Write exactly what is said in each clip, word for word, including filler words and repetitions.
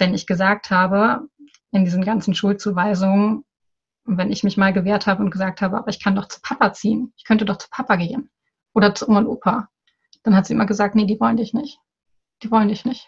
wenn ich gesagt habe, in diesen ganzen Schulzuweisungen, wenn ich mich mal gewehrt habe und gesagt habe, aber ich kann doch zu Papa ziehen, ich könnte doch zu Papa gehen oder zu Oma und Opa, dann hat sie immer gesagt, nee, die wollen dich nicht. Die wollen dich nicht.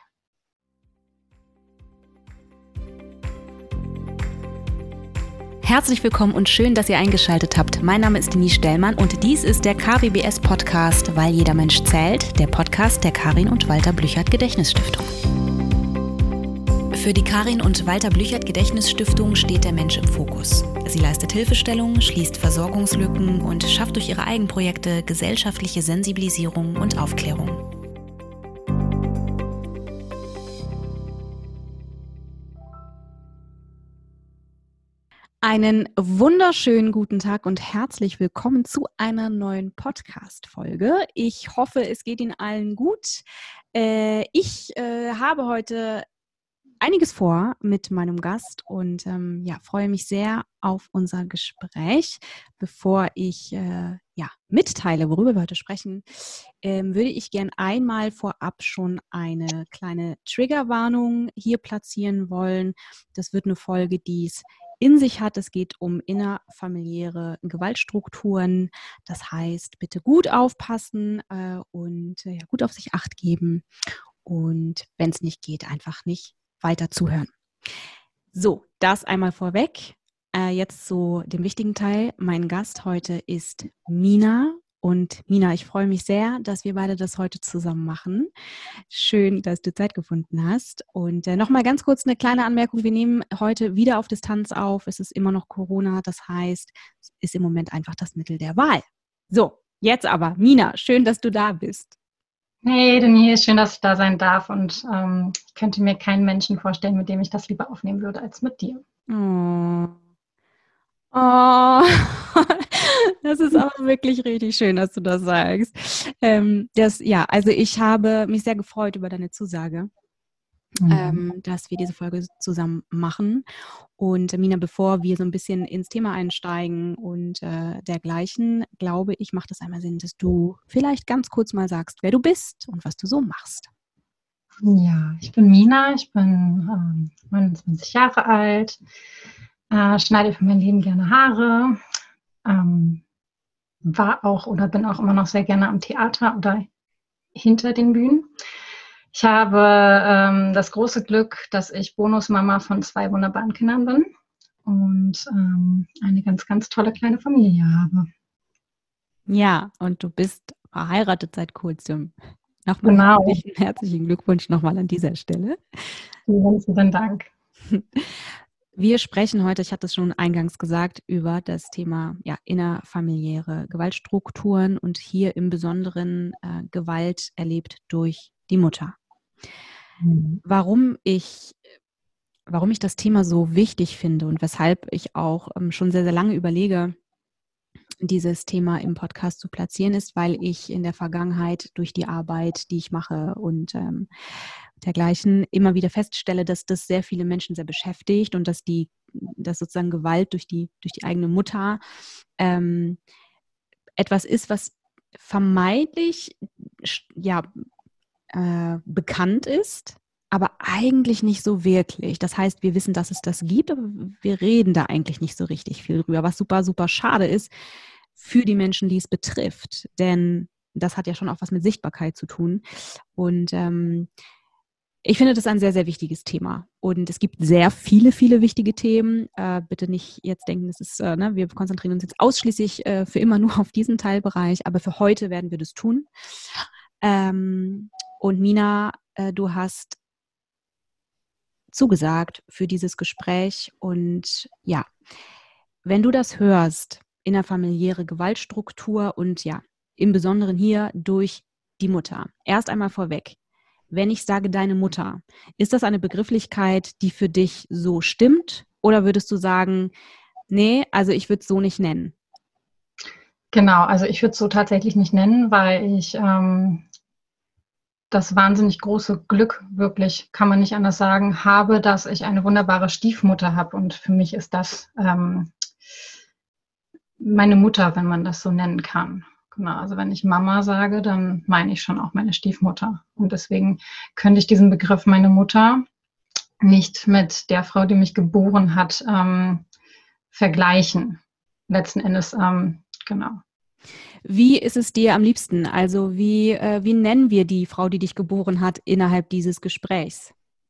Herzlich willkommen und schön, dass ihr eingeschaltet habt. Mein Name ist Denise Stellmann und dies ist der K W B S Podcast, weil jeder Mensch zählt, der Podcast der Karin und Walter Blüchert Gedächtnisstiftung. Für die Karin und Walter Blüchert Gedächtnisstiftung steht der Mensch im Fokus. Sie leistet Hilfestellung, schließt Versorgungslücken und schafft durch ihre Eigenprojekte gesellschaftliche Sensibilisierung und Aufklärung. Einen wunderschönen guten Tag und herzlich willkommen zu einer neuen Podcast-Folge. Ich hoffe, es geht Ihnen allen gut. Äh, ich äh, habe heute einiges vor mit meinem Gast und ähm, ja, freue mich sehr auf unser Gespräch. Bevor ich äh, ja, mitteile, worüber wir heute sprechen, ähm, würde ich gern einmal vorab schon eine kleine Triggerwarnung hier platzieren wollen. Das wird eine Folge, die es in sich hat. Es geht um innerfamiliäre Gewaltstrukturen. Das heißt, bitte gut aufpassen äh, und äh, ja, gut auf sich Acht geben. Und wenn es nicht geht, einfach nicht weiter zuhören. So, das einmal vorweg. Äh, jetzt zu dem wichtigen Teil. Mein Gast heute ist Mina. Und Mina, ich freue mich sehr, dass wir beide das heute zusammen machen. Schön, dass du Zeit gefunden hast. Und äh, nochmal ganz kurz eine kleine Anmerkung. Wir nehmen heute wieder auf Distanz auf. Es ist immer noch Corona. Das heißt, es ist im Moment einfach das Mittel der Wahl. So, jetzt aber. Mina, schön, dass du da bist. Hey Denise, schön, dass ich da sein darf. Und ähm, ich könnte mir keinen Menschen vorstellen, mit dem ich das lieber aufnehmen würde, als mit dir. Oh. Oh, das ist auch wirklich richtig schön, dass du das sagst. Ähm, das, ja, also ich habe mich sehr gefreut über deine Zusage, mhm. ähm, dass wir diese Folge zusammen machen. Und Mina, bevor wir so ein bisschen ins Thema einsteigen und äh, dergleichen, glaube ich, macht es einmal Sinn, dass du vielleicht ganz kurz mal sagst, wer du bist und was du so machst. Ja, ich bin Mina, ich bin ähm, neunundzwanzig Jahre alt. Äh, schneide für mein Leben gerne Haare, ähm, war auch oder bin auch immer noch sehr gerne am Theater oder hinter den Bühnen. Ich habe ähm, das große Glück, dass ich Bonusmama von zwei wunderbaren Kindern bin und ähm, eine ganz, ganz tolle kleine Familie habe. Ja, und du bist verheiratet seit kurzem. Nochmal genau. herzlichen, herzlichen Glückwunsch nochmal an dieser Stelle. Vielen, vielen Dank. Wir sprechen heute, ich hatte es schon eingangs gesagt, über das Thema ja, innerfamiliäre Gewaltstrukturen und hier im Besonderen äh, Gewalt erlebt durch die Mutter. Mhm. Warum ich, warum ich das Thema so wichtig finde und weshalb ich auch ähm, schon sehr, sehr lange überlege, dieses Thema im Podcast zu platzieren, ist, weil ich in der Vergangenheit durch die Arbeit, die ich mache und ähm, dergleichen immer wieder feststelle, dass das sehr viele Menschen sehr beschäftigt und dass die, dass sozusagen Gewalt durch die, durch die eigene Mutter ähm, etwas ist, was vermeintlich ja, äh, bekannt ist, aber eigentlich nicht so wirklich. Das heißt, wir wissen, dass es das gibt, aber wir reden da eigentlich nicht so richtig viel drüber, was super, super schade ist für die Menschen, die es betrifft. Denn das hat ja schon auch was mit Sichtbarkeit zu tun. Und ähm, ich finde das ein sehr, sehr wichtiges Thema. Und es gibt sehr viele, viele wichtige Themen. Äh, bitte nicht jetzt denken, das ist, äh, ne, wir konzentrieren uns jetzt ausschließlich äh, für immer nur auf diesen Teilbereich, aber für heute werden wir das tun. Ähm, und Mina, äh, du hast zugesagt für dieses Gespräch. Und ja, wenn du das hörst, innerfamiliäre Gewaltstruktur und ja, im Besonderen hier durch die Mutter. Erst einmal vorweg, wenn ich sage deine Mutter, ist das eine Begrifflichkeit, die für dich so stimmt? Oder würdest du sagen, nee, also ich würde es so nicht nennen? Genau, also ich würde es so tatsächlich nicht nennen, weil ich ähm, das wahnsinnig große Glück, wirklich, kann man nicht anders sagen, habe, dass ich eine wunderbare Stiefmutter habe. Und für mich ist das ähm, meine Mutter, wenn man das so nennen kann. Genau, also wenn ich Mama sage, dann meine ich schon auch meine Stiefmutter. Und deswegen könnte ich diesen Begriff meine Mutter nicht mit der Frau, die mich geboren hat, ähm, vergleichen. Letzten Endes, ähm, genau. Wie ist es dir am liebsten? Also wie, äh, wie nennen wir die Frau, die dich geboren hat, innerhalb dieses Gesprächs?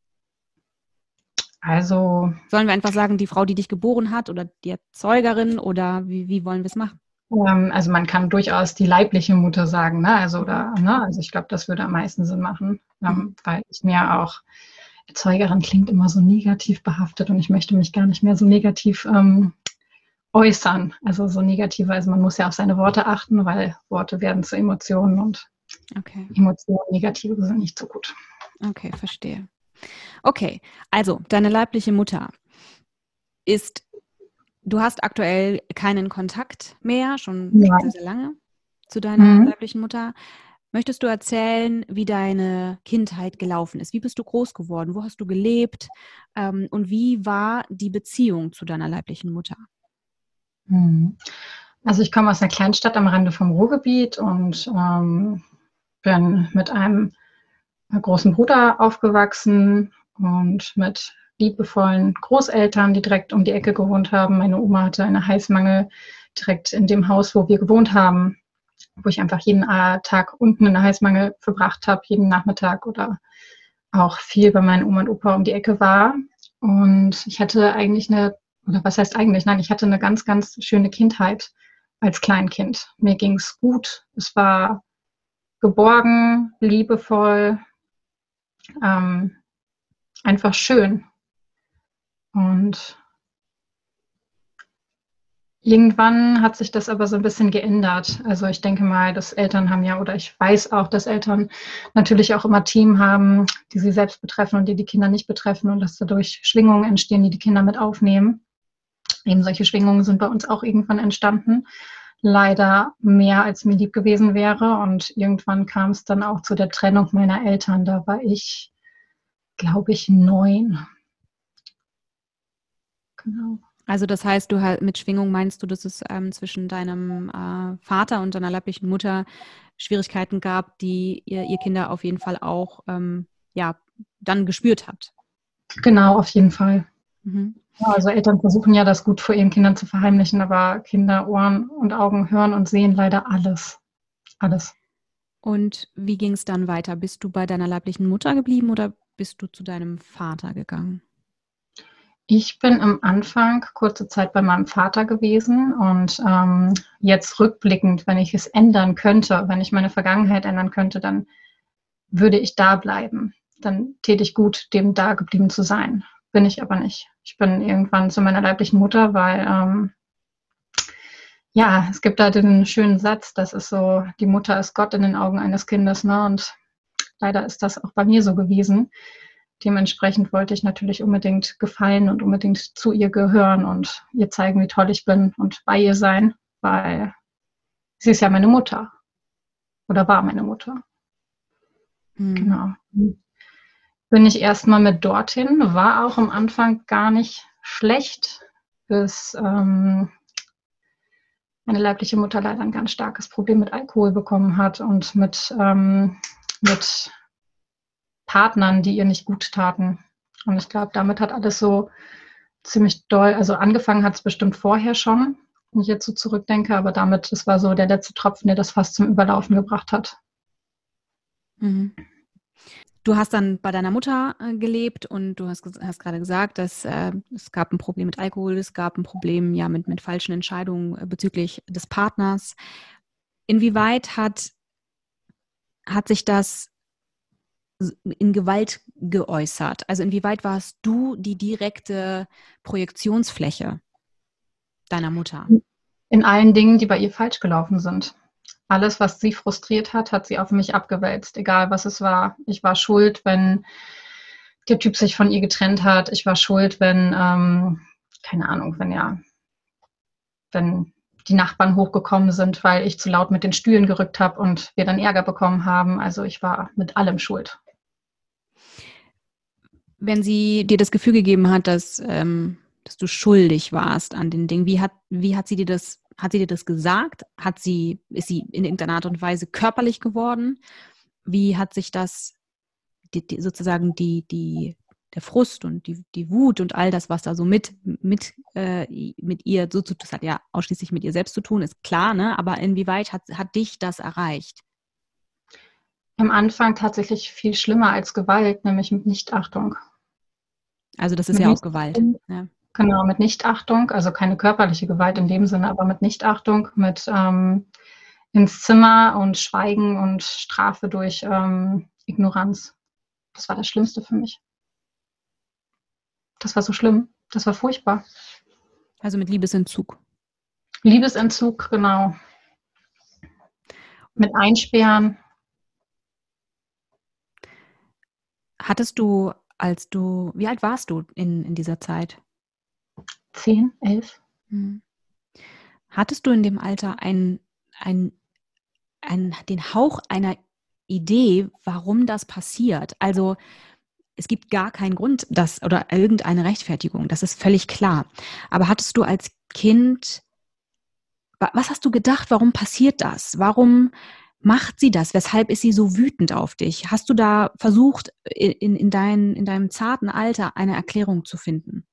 Also, Sollen wir einfach sagen, die Frau, die dich geboren hat oder die Erzeugerin oder wie, wie wollen wir es machen? ähm, also man kann durchaus die leibliche Mutter sagen, ne? Also, oder, ne? Also ich glaube, das würde am meisten Sinn machen, ähm, Mhm. weil ich mir auch, Erzeugerin klingt immer so negativ behaftet und ich möchte mich gar nicht mehr so negativ ähm, äußern. Also so negativ, also man muss ja auf seine Worte achten, weil Worte werden zu Emotionen und Okay, Emotionen, negative sind nicht so gut. okay, verstehe. Okay, also deine leibliche Mutter ist, du hast aktuell keinen Kontakt mehr, schon, schon sehr, Ja. sehr lange zu deiner Mhm. leiblichen Mutter. Möchtest du erzählen, wie deine Kindheit gelaufen ist? Wie bist du groß geworden? Wo hast du gelebt? Ähm, und wie war die Beziehung zu deiner leiblichen Mutter? Mhm. Also ich komme aus einer Kleinstadt am Rande vom Ruhrgebiet und ähm, bin mit einem großen Bruder aufgewachsen und mit liebevollen Großeltern, die direkt um die Ecke gewohnt haben. Meine Oma hatte eine Heißmangel direkt in dem Haus, wo wir gewohnt haben, wo ich einfach jeden Tag unten in der Heißmangel verbracht habe, jeden Nachmittag oder auch viel bei meinen Oma und Opa um die Ecke war. Und ich hatte eigentlich eine, oder was heißt eigentlich? Nein, ich hatte eine ganz, ganz schöne Kindheit als Kleinkind. Mir ging es gut. Es war geborgen, liebevoll, ähm, einfach schön. Und irgendwann hat sich das aber so ein bisschen geändert. Also ich denke mal, dass Eltern haben ja, oder ich weiß auch, dass Eltern natürlich auch immer Themen haben, die sie selbst betreffen und die die Kinder nicht betreffen und dass dadurch Schwingungen entstehen, die die Kinder mit aufnehmen. Eben solche Schwingungen sind bei uns auch irgendwann entstanden. Leider mehr, als mir lieb gewesen wäre. Und irgendwann kam es dann auch zu der Trennung meiner Eltern. Da war ich, glaube ich, neun. Genau. Also das heißt, du halt mit Schwingung meinst du, dass es ähm, zwischen deinem äh, Vater und deiner leiblichen Mutter Schwierigkeiten gab, die ihr, ihr Kinder auf jeden Fall auch ähm, ja, dann gespürt habt. Genau, auf jeden Fall. Mhm. Ja, also Eltern versuchen ja, das gut vor ihren Kindern zu verheimlichen, aber Kinder, Ohren und Augen hören und sehen leider alles. Alles. Und wie ging es dann weiter? Bist du bei deiner leiblichen Mutter geblieben oder bist du zu deinem Vater gegangen? Ich bin am Anfang kurze Zeit bei meinem Vater gewesen und ähm, jetzt rückblickend, wenn ich es ändern könnte, wenn ich meine Vergangenheit ändern könnte, dann würde ich da bleiben. Dann täte ich gut, dem da geblieben zu sein. Bin ich aber nicht. Ich bin irgendwann zu meiner leiblichen Mutter, weil ähm, ja, es gibt da den schönen Satz, das ist so, die Mutter ist Gott in den Augen eines Kindes, ne? Und leider ist das auch bei mir so gewesen. Dementsprechend wollte ich natürlich unbedingt gefallen und unbedingt zu ihr gehören und ihr zeigen, wie toll ich bin und bei ihr sein, weil sie ist ja meine Mutter oder war meine Mutter. Hm. Genau. Bin ich erstmal mit dorthin, war auch am Anfang gar nicht schlecht, bis ähm, meine leibliche Mutter leider ein ganz starkes Problem mit Alkohol bekommen hat und mit, ähm, mit Partnern, die ihr nicht gut taten. Und ich glaube, damit hat alles so ziemlich doll, also angefangen hat es bestimmt vorher schon, wenn ich jetzt so zurückdenke, aber damit, das war so der letzte Tropfen, der das fast zum Überlaufen gebracht hat. Mhm. Du hast dann bei deiner Mutter äh, gelebt und du hast, hast gerade gesagt, dass äh, es gab ein Problem mit Alkohol, es gab ein Problem ja mit, mit falschen Entscheidungen äh, bezüglich des Partners. Inwieweit hat, hat sich das in Gewalt geäußert? Also inwieweit warst du die direkte Projektionsfläche deiner Mutter? In allen Dingen, die bei ihr falsch gelaufen sind. Alles, was sie frustriert hat, hat sie auf mich abgewälzt, egal was es war. Ich war schuld, wenn der Typ sich von ihr getrennt hat. Ich war schuld, wenn, ähm, keine Ahnung, wenn ja, wenn die Nachbarn hochgekommen sind, weil ich zu laut mit den Stühlen gerückt habe und wir dann Ärger bekommen haben. Also ich war mit allem schuld. Wenn sie dir das Gefühl gegeben hat, dass, ähm, dass du schuldig warst an den Dingen, wie hat, wie hat sie dir das, hat sie dir das gesagt? Hat sie, ist sie in irgendeiner Art und Weise körperlich geworden? Wie hat sich das die, die, sozusagen die, die, der Frust und die, die Wut und all das, was da so mit, mit, äh, mit ihr so zu tun, das hat ja ausschließlich mit ihr selbst zu tun, ist klar, ne? Aber inwieweit hat, hat dich das erreicht? Am Anfang tatsächlich viel schlimmer als Gewalt, nämlich mit Nichtachtung. Also das ist Mit ja auch Gewalt. Nichtachtung, Ja. genau, mit Nichtachtung, also keine körperliche Gewalt in dem Sinne, aber mit Nichtachtung, mit ähm, ins Zimmer und Schweigen und Strafe durch ähm, Ignoranz. Das war das Schlimmste für mich. Das war so schlimm. Das war furchtbar. Also mit Liebesentzug. Liebesentzug, genau. Mit Einsperren. Hattest du, als du, wie alt warst du in, in dieser Zeit? Zehn, elf. Hm. Hattest du in dem Alter ein, ein, ein, den Hauch einer Idee, warum das passiert? Also es gibt gar keinen Grund, das oder irgendeine Rechtfertigung, das ist völlig klar. Aber hattest du als Kind, was hast du gedacht, warum passiert das? Warum macht sie das? Weshalb ist sie so wütend auf dich? Hast du da versucht, in, in, dein, in deinem zarten Alter eine Erklärung zu finden?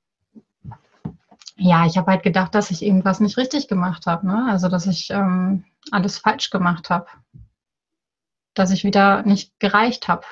Ja, ich habe halt gedacht, dass ich irgendwas nicht richtig gemacht habe. Ne? Also, dass ich ähm, alles falsch gemacht habe. Dass ich wieder nicht gereicht habe.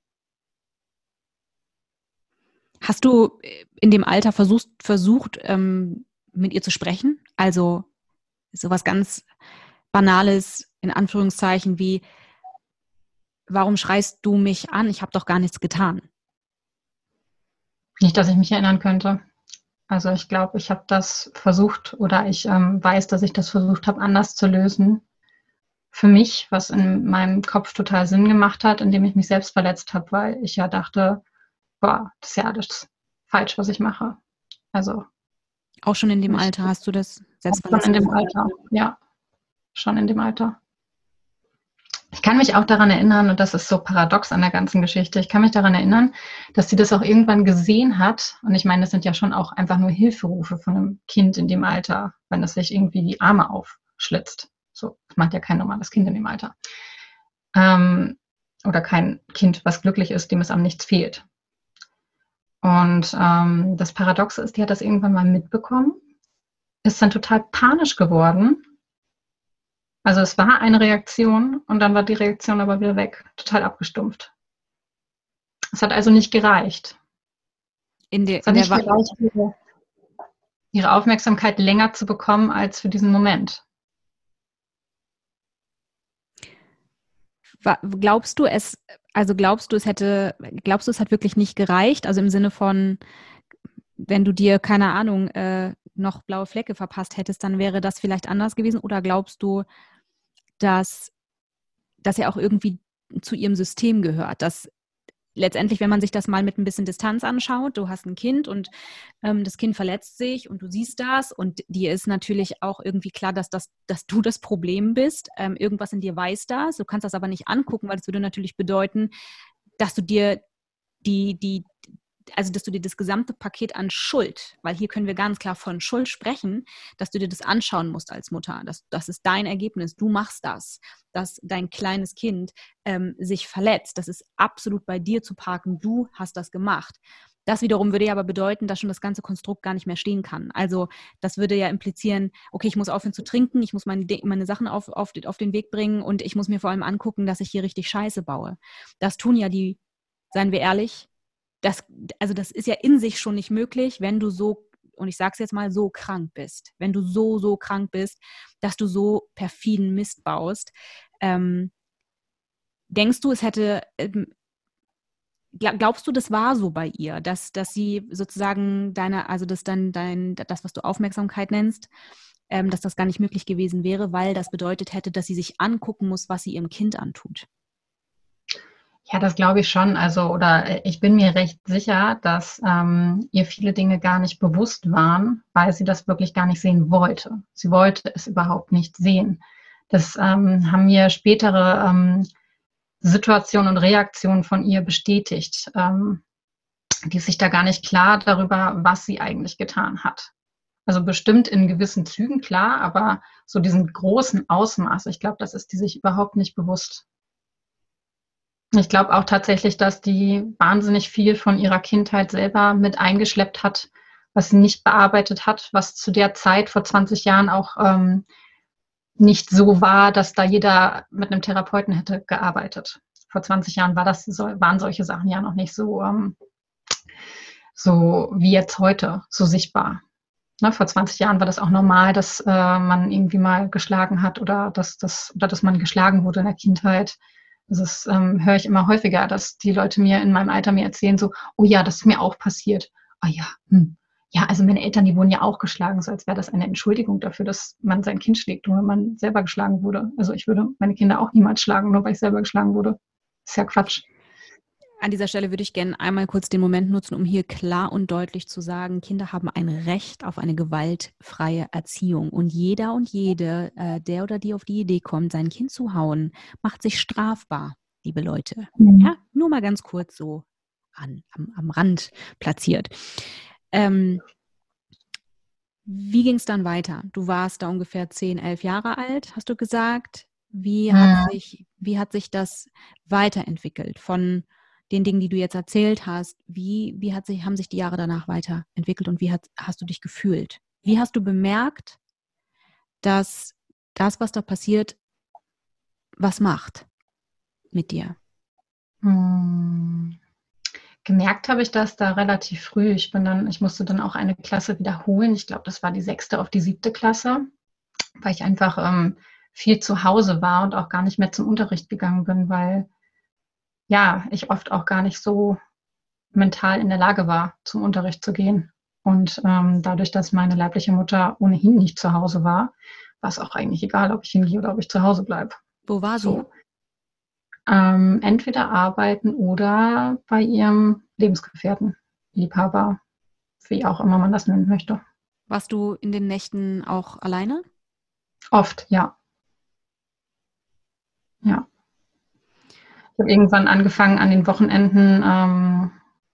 Hast du in dem Alter versucht, versucht ähm, mit ihr zu sprechen? Also sowas ganz Banales, in Anführungszeichen, wie, warum schreist du mich an? Ich habe doch gar nichts getan. Nicht, dass ich mich erinnern könnte. Also ich glaube, ich habe das versucht oder ich ähm, weiß, dass ich das versucht habe, anders zu lösen. Für mich, was in meinem Kopf total Sinn gemacht hat, indem ich mich selbst verletzt habe, weil ich ja dachte, boah, das ist ja alles falsch, was ich mache. Also Auch schon in dem ich, Alter hast du das schon in selbstverletzt dem gefunden? Alter, ja, schon in dem Alter. Ich kann mich auch daran erinnern, und das ist so paradox an der ganzen Geschichte, ich kann mich daran erinnern, dass sie das auch irgendwann gesehen hat. Und ich meine, das sind ja schon auch einfach nur Hilferufe von einem Kind in dem Alter, wenn es sich irgendwie die Arme aufschlitzt. So, das macht ja kein normales Kind in dem Alter. Ähm, oder kein Kind, was glücklich ist, dem es am nichts fehlt. Und ähm, das Paradoxe ist, die hat das irgendwann mal mitbekommen, ist dann total panisch geworden. Also es war eine Reaktion und dann war die Reaktion aber wieder weg, total abgestumpft. Es hat also nicht gereicht. In der, Es hat in der nicht gereicht, ihre, ihre Aufmerksamkeit länger zu bekommen als für diesen Moment. Glaubst du es, also glaubst du, es hätte, glaubst du, es hat wirklich nicht gereicht? Also im Sinne von, wenn du dir, keine Ahnung, äh, noch blaue Flecke verpasst hättest, dann wäre das vielleicht anders gewesen? Oder glaubst du, dass, dass er auch irgendwie zu ihrem System gehört? Dass letztendlich, wenn man sich das mal mit ein bisschen Distanz anschaut, du hast ein Kind und ähm, das Kind verletzt sich und du siehst das und dir ist natürlich auch irgendwie klar, dass, das, dass du das Problem bist. Ähm, irgendwas in dir weiß das. Du kannst das aber nicht angucken, weil das würde natürlich bedeuten, dass du dir die, die, also dass du dir das gesamte Paket an Schuld, weil hier können wir ganz klar von Schuld sprechen, dass du dir das anschauen musst als Mutter. Das, das ist dein Ergebnis. Du machst das, dass dein kleines Kind ähm, sich verletzt. Das ist absolut bei dir zu parken. Du hast das gemacht. Das wiederum würde ja aber bedeuten, dass schon das ganze Konstrukt gar nicht mehr stehen kann. Also das würde ja implizieren, okay, ich muss aufhören zu trinken, ich muss meine, meine Sachen auf, auf, auf den Weg bringen und ich muss mir vor allem angucken, dass ich hier richtig Scheiße baue. Das tun ja die, seien wir ehrlich, Das, also das ist ja in sich schon nicht möglich, wenn du so, und ich sage es jetzt mal, so krank bist. Wenn du so, so krank bist, dass du so perfiden Mist baust. Ähm, denkst du, es hätte, ähm, glaubst du, das war so bei ihr, dass, dass sie sozusagen deine, also das dann dein, das, was du Aufmerksamkeit nennst, ähm, dass das gar nicht möglich gewesen wäre, weil das bedeutet hätte, dass sie sich angucken muss, was sie ihrem Kind antut? Ja, das glaube ich schon. Also, oder ich bin mir recht sicher, dass ähm, ihr viele Dinge gar nicht bewusst waren, weil sie das wirklich gar nicht sehen wollte. Sie wollte es überhaupt nicht sehen. Das ähm, haben mir spätere ähm, Situationen und Reaktionen von ihr bestätigt. Ähm, die ist sich da gar nicht klar darüber, was sie eigentlich getan hat. Also bestimmt in gewissen Zügen klar, aber so diesen großen Ausmaß, ich glaube, das ist die sich überhaupt nicht bewusst. Ich glaube auch tatsächlich, dass die wahnsinnig viel von ihrer Kindheit selber mit eingeschleppt hat, was sie nicht bearbeitet hat, was zu der Zeit vor zwanzig Jahren auch ähm, nicht so war, dass da jeder mit einem Therapeuten hätte gearbeitet. Vor zwanzig Jahren war das, waren solche Sachen ja noch nicht so, ähm, so wie jetzt heute, so sichtbar. Ne, vor zwanzig Jahren war das auch normal, dass äh, man irgendwie mal geschlagen hat oder dass, dass, oder dass man geschlagen wurde in der Kindheit. Das ist, ähm, höre ich immer häufiger, dass die Leute mir in meinem Alter mir erzählen so, oh ja, das ist mir auch passiert. Ah ja, hm. Ja, also meine Eltern, die wurden ja auch geschlagen, so als wäre das eine Entschuldigung dafür, dass man sein Kind schlägt, nur wenn man selber geschlagen wurde. Also ich würde meine Kinder auch niemals schlagen, nur weil ich selber geschlagen wurde. Ist ja Quatsch. An dieser Stelle würde ich gerne einmal kurz den Moment nutzen, um hier klar und deutlich zu sagen, Kinder haben ein Recht auf eine gewaltfreie Erziehung. Und jeder und jede, äh, der oder die auf die Idee kommt, sein Kind zu hauen, macht sich strafbar, liebe Leute. Mhm. Ja, nur mal ganz kurz so an, am, am Rand platziert. Ähm, wie ging es dann weiter? Du warst da ungefähr zehn, elf Jahre alt, hast du gesagt. Wie hat Mhm. sich, wie hat sich das weiterentwickelt von den Dingen, die du jetzt erzählt hast? Wie, wie hat sich, haben sich die Jahre danach weiterentwickelt und wie hat, hast du dich gefühlt? Wie hast du bemerkt, dass das, was da passiert, was macht mit dir? Mhm. Gemerkt habe ich das da relativ früh. Ich bin dann, ich musste dann auch eine Klasse wiederholen. Ich glaube, das war die sechste auf die siebte Klasse, weil ich einfach ähm, viel zu Hause war und auch gar nicht mehr zum Unterricht gegangen bin, weil ja, ich oft auch gar nicht so mental in der Lage war, zum Unterricht zu gehen. Und ähm, dadurch, dass meine leibliche Mutter ohnehin nicht zu Hause war, war es auch eigentlich egal, ob ich hingehe oder ob ich zu Hause bleibe. Wo war sie? So. Ähm, entweder arbeiten oder bei ihrem Lebensgefährten, Liebhaber, wie auch immer man das nennen möchte. Warst du in den Nächten auch alleine? Oft, ja. Ja. Ich habe irgendwann angefangen, an den Wochenenden ähm,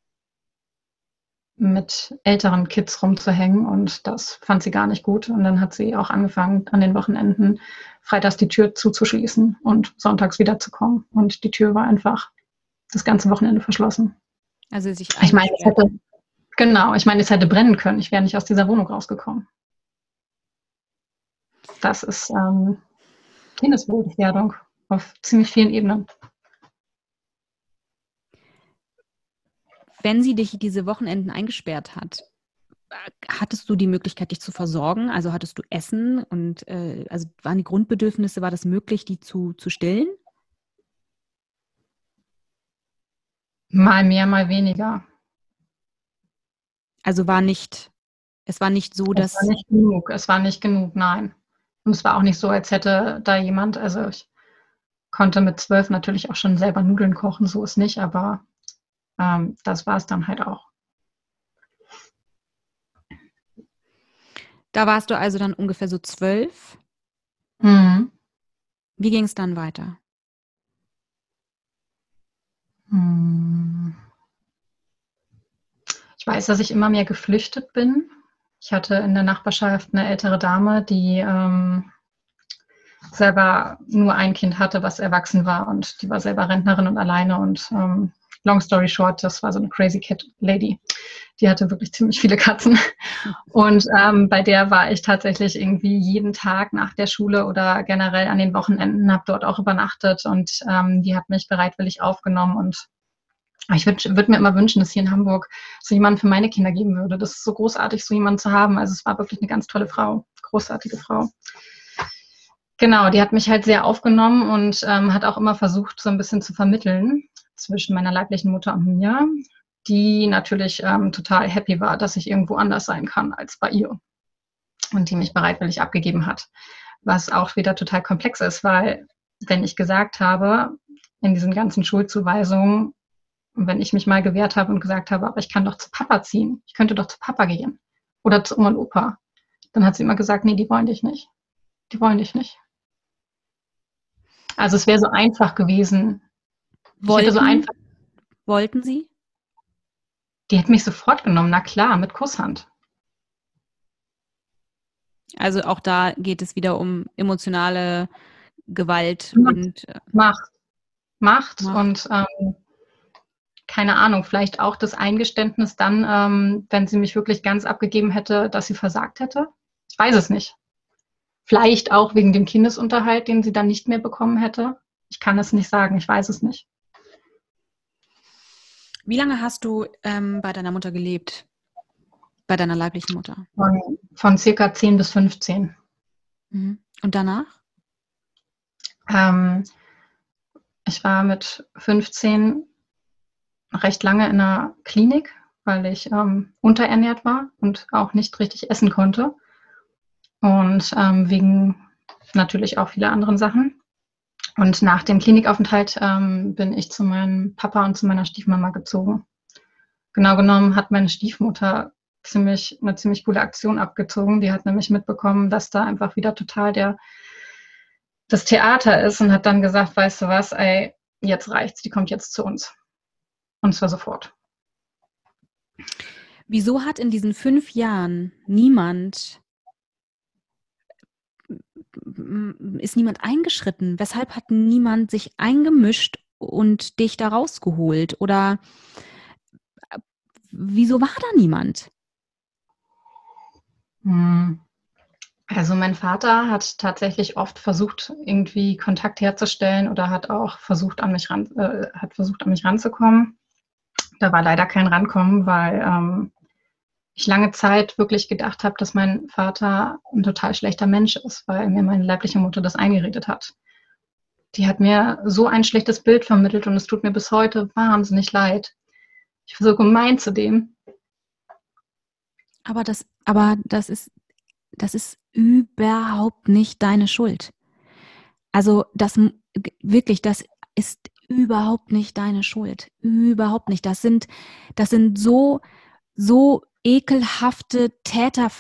mit älteren Kids rumzuhängen und das fand sie gar nicht gut. Und dann hat sie auch angefangen, an den Wochenenden freitags die Tür zuzuschließen und sonntags wiederzukommen. Und die Tür war einfach das ganze Wochenende verschlossen. Also sich Ich meine, es eingesperrt. hätte, genau, ich meine, es hätte brennen können. Ich wäre nicht aus dieser Wohnung rausgekommen. Das ist ähm, Kindeswohlgefährdung auf ziemlich vielen Ebenen. Wenn sie dich diese Wochenenden eingesperrt hat, hattest du die Möglichkeit, dich zu versorgen? Also hattest du Essen und äh, also waren die Grundbedürfnisse, war das möglich, die zu, zu stillen? Mal mehr, mal weniger. Also war nicht, es war nicht so, Es war dass, nicht genug. Es war nicht genug, nein. Und es war auch nicht so, als hätte da jemand, also ich konnte mit zwölf natürlich auch schon selber Nudeln kochen, so ist nicht, aber ähm, das war es dann halt auch. da warst du also dann ungefähr so zwölf. Mhm. Wie ging es dann weiter? Mhm. Ich weiß, dass ich immer mehr geflüchtet bin. Ich hatte in der Nachbarschaft eine ältere Dame, die ähm, selber nur ein Kind hatte, was erwachsen war und die war selber Rentnerin und alleine und ähm, long story short, das war so eine crazy cat lady. Die hatte wirklich ziemlich viele Katzen und ähm, bei der war ich tatsächlich irgendwie jeden Tag nach der Schule oder generell an den Wochenenden, habe dort auch übernachtet und ähm, die hat mich bereitwillig aufgenommen und ich würde würd mir immer wünschen, dass hier in Hamburg so jemanden für meine Kinder geben würde. Das ist so großartig, so jemanden zu haben. Also es war wirklich eine ganz tolle Frau, großartige Frau. Genau, die hat mich halt sehr aufgenommen und ähm, hat auch immer versucht, so ein bisschen zu vermitteln zwischen meiner leiblichen Mutter und mir, die natürlich ähm, total happy war, dass ich irgendwo anders sein kann als bei ihr und die mich bereitwillig abgegeben hat. Was auch wieder total komplex ist, weil wenn ich gesagt habe, in diesen ganzen Schulzuweisungen, wenn ich mich mal gewehrt habe und gesagt habe, aber ich kann doch zu Papa ziehen, ich könnte doch zu Papa gehen oder zu Oma und Opa, dann hat sie immer gesagt, nee, die wollen dich nicht. Die wollen dich nicht. Also es wäre so einfach gewesen. Ich hätte so Wollten, einfach, wollten sie? die hätte mich sofort genommen, na klar, mit Kusshand. Also auch da geht es wieder um emotionale Gewalt Macht, und äh, Macht, macht Macht. und ähm, keine Ahnung, vielleicht auch das Eingeständnis dann, ähm, wenn sie mich wirklich ganz abgegeben hätte, dass sie versagt hätte. Ich weiß es nicht. Vielleicht auch wegen dem Kindesunterhalt, den sie dann nicht mehr bekommen hätte. Ich kann es nicht sagen, ich weiß es nicht. Wie lange hast du ähm, bei deiner Mutter gelebt? Bei deiner leiblichen Mutter? Von, von circa zehn bis fünfzehn. Mhm. Und danach? Ähm, ich war mit fünfzehn recht lange in einer Klinik, weil ich ähm, unterernährt war und auch nicht richtig essen konnte. Und ähm, wegen natürlich auch vieler anderen Sachen. Und nach dem Klinikaufenthalt ähm, bin ich zu meinem Papa und zu meiner Stiefmama gezogen. Genau genommen hat meine Stiefmutter ziemlich, eine ziemlich coole Aktion abgezogen. Die hat nämlich mitbekommen, dass da einfach wieder total der, das Theater ist und hat dann gesagt, weißt du was, ey, jetzt reicht's, die kommt jetzt zu uns. Und zwar sofort. Wieso hat in diesen fünf Jahren niemand, ist niemand eingeschritten? Weshalb hat niemand sich eingemischt und dich da rausgeholt? Oder wieso war da niemand? Also mein Vater hat tatsächlich oft versucht, irgendwie Kontakt herzustellen oder hat auch versucht, an mich ran, äh, hat versucht, an mich ranzukommen. Da war leider kein Rankommen, weil ähm, ich lange Zeit wirklich gedacht habe, dass mein Vater ein total schlechter Mensch ist, weil mir meine leibliche Mutter das eingeredet hat. Die hat mir so ein schlechtes Bild vermittelt und es tut mir bis heute wahnsinnig leid. Ich war so gemein zu dem. Aber das, aber das ist, das ist überhaupt nicht deine Schuld. Also das wirklich, das ist überhaupt nicht deine Schuld. Überhaupt nicht. Das sind, das sind so, so ekelhafte Täter,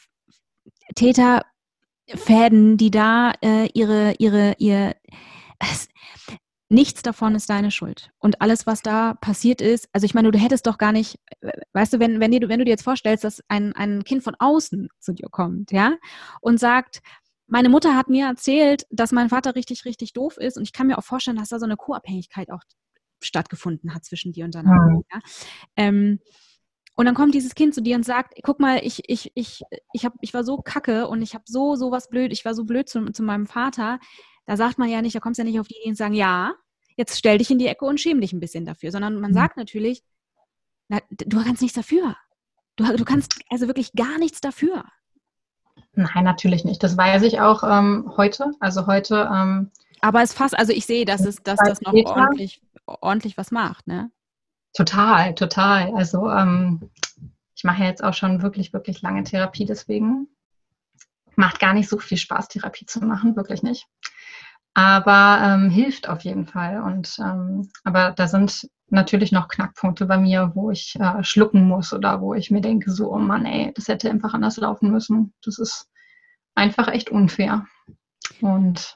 Täterfäden, die da äh, ihre, ihre, ihr, es, nichts davon ist deine Schuld. Und alles, was da passiert ist, also ich meine, du hättest doch gar nicht, weißt du, wenn, wenn, dir, wenn du dir jetzt vorstellst, dass ein, ein Kind von außen zu dir kommt, ja, und sagt, meine Mutter hat mir erzählt, dass mein Vater richtig, richtig doof ist und ich kann mir auch vorstellen, dass da so eine Co-Abhängigkeit auch stattgefunden hat zwischen dir und deiner Mhm. Mutter. Ja? Ähm, und dann kommt dieses Kind zu dir und sagt, guck mal, ich, ich, ich, ich, hab, ich war so kacke und ich habe so, so was blöd, ich war so blöd zu, zu meinem Vater. Da sagt man ja nicht, da kommst du ja nicht auf die Idee und sagen, ja, jetzt stell dich in die Ecke und schäm dich ein bisschen dafür, sondern man sagt natürlich, na, du kannst nichts dafür. Du, du kannst also wirklich gar nichts dafür. Nein, natürlich nicht. Das weiß ich auch ähm, heute. Also heute. Ähm, Aber es fast, also ich sehe, dass es, dass das noch ordentlich, ordentlich was macht, ne? Total, total. Also ähm, ich mache ja jetzt auch schon wirklich, wirklich lange Therapie, deswegen macht gar nicht so viel Spaß, Therapie zu machen, wirklich nicht. Aber ähm, hilft auf jeden Fall. Und ähm, aber da sind natürlich noch Knackpunkte bei mir, wo ich äh, schlucken muss oder wo ich mir denke, so, oh Mann, ey, das hätte einfach anders laufen müssen. Das ist einfach echt unfair. Und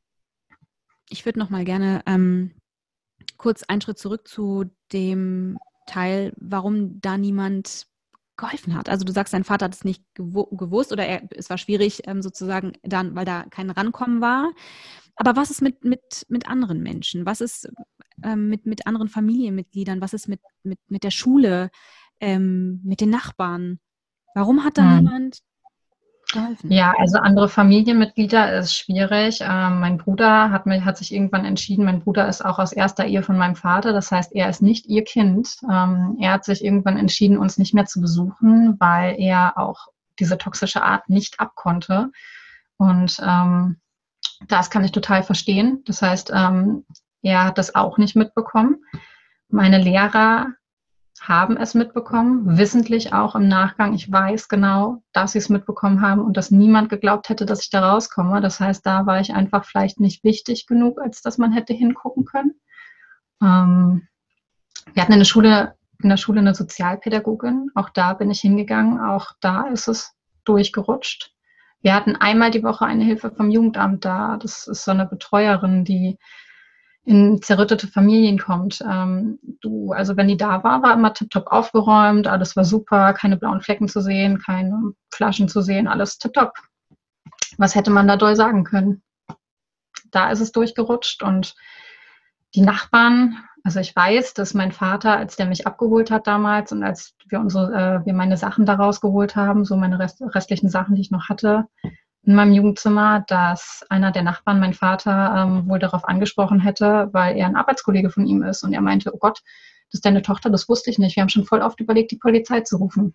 ich würde noch mal gerne ähm, kurz einen Schritt zurück zu dem Teil, warum da niemand geholfen hat. Also du sagst, dein Vater hat es nicht gew- gewusst oder er, es war schwierig ähm, sozusagen, dann, weil da kein Rankommen war. Aber was ist mit, mit, mit anderen Menschen? Was ist ähm, mit, mit anderen Familienmitgliedern? Was ist mit, mit, mit der Schule, ähm, mit den Nachbarn? Warum hat da hm. niemand geholfen? Ja, also andere Familienmitglieder ist schwierig. Ähm, mein Bruder hat, mir, hat sich irgendwann entschieden, mein Bruder ist auch aus erster Ehe von meinem Vater, das heißt, er ist nicht ihr Kind. Ähm, er hat sich irgendwann entschieden, uns nicht mehr zu besuchen, weil er auch diese toxische Art nicht abkonnte. Und ähm, das kann ich total verstehen. Das heißt, ähm, er hat das auch nicht mitbekommen. Meine Lehrer haben es mitbekommen, wissentlich auch im Nachgang. Ich weiß genau, dass sie es mitbekommen haben und dass niemand geglaubt hätte, dass ich da rauskomme. Das heißt, da war ich einfach vielleicht nicht wichtig genug, als dass man hätte hingucken können. Ähm, wir hatten in der Schule, in der Schule eine Sozialpädagogin. Auch da bin ich hingegangen. Auch da ist es durchgerutscht. Wir hatten einmal die Woche eine Hilfe vom Jugendamt da. Das ist so eine Betreuerin, die in zerrüttete Familien kommt. Ähm, du, also wenn die da war, war immer tipptopp aufgeräumt, alles war super, keine blauen Flecken zu sehen, keine Flaschen zu sehen, alles tipptopp. Was hätte man da doll sagen können? Da ist es durchgerutscht und die Nachbarn, also ich weiß, dass mein Vater, als der mich abgeholt hat damals und als wir unsere, äh, wir meine Sachen da rausgeholt haben, so meine Rest, restlichen Sachen, die ich noch hatte in meinem Jugendzimmer, dass einer der Nachbarn mein Vater ähm, wohl darauf angesprochen hätte, weil er ein Arbeitskollege von ihm ist und er meinte, oh Gott, das ist deine Tochter, das wusste ich nicht. Wir haben schon voll oft überlegt, die Polizei zu rufen.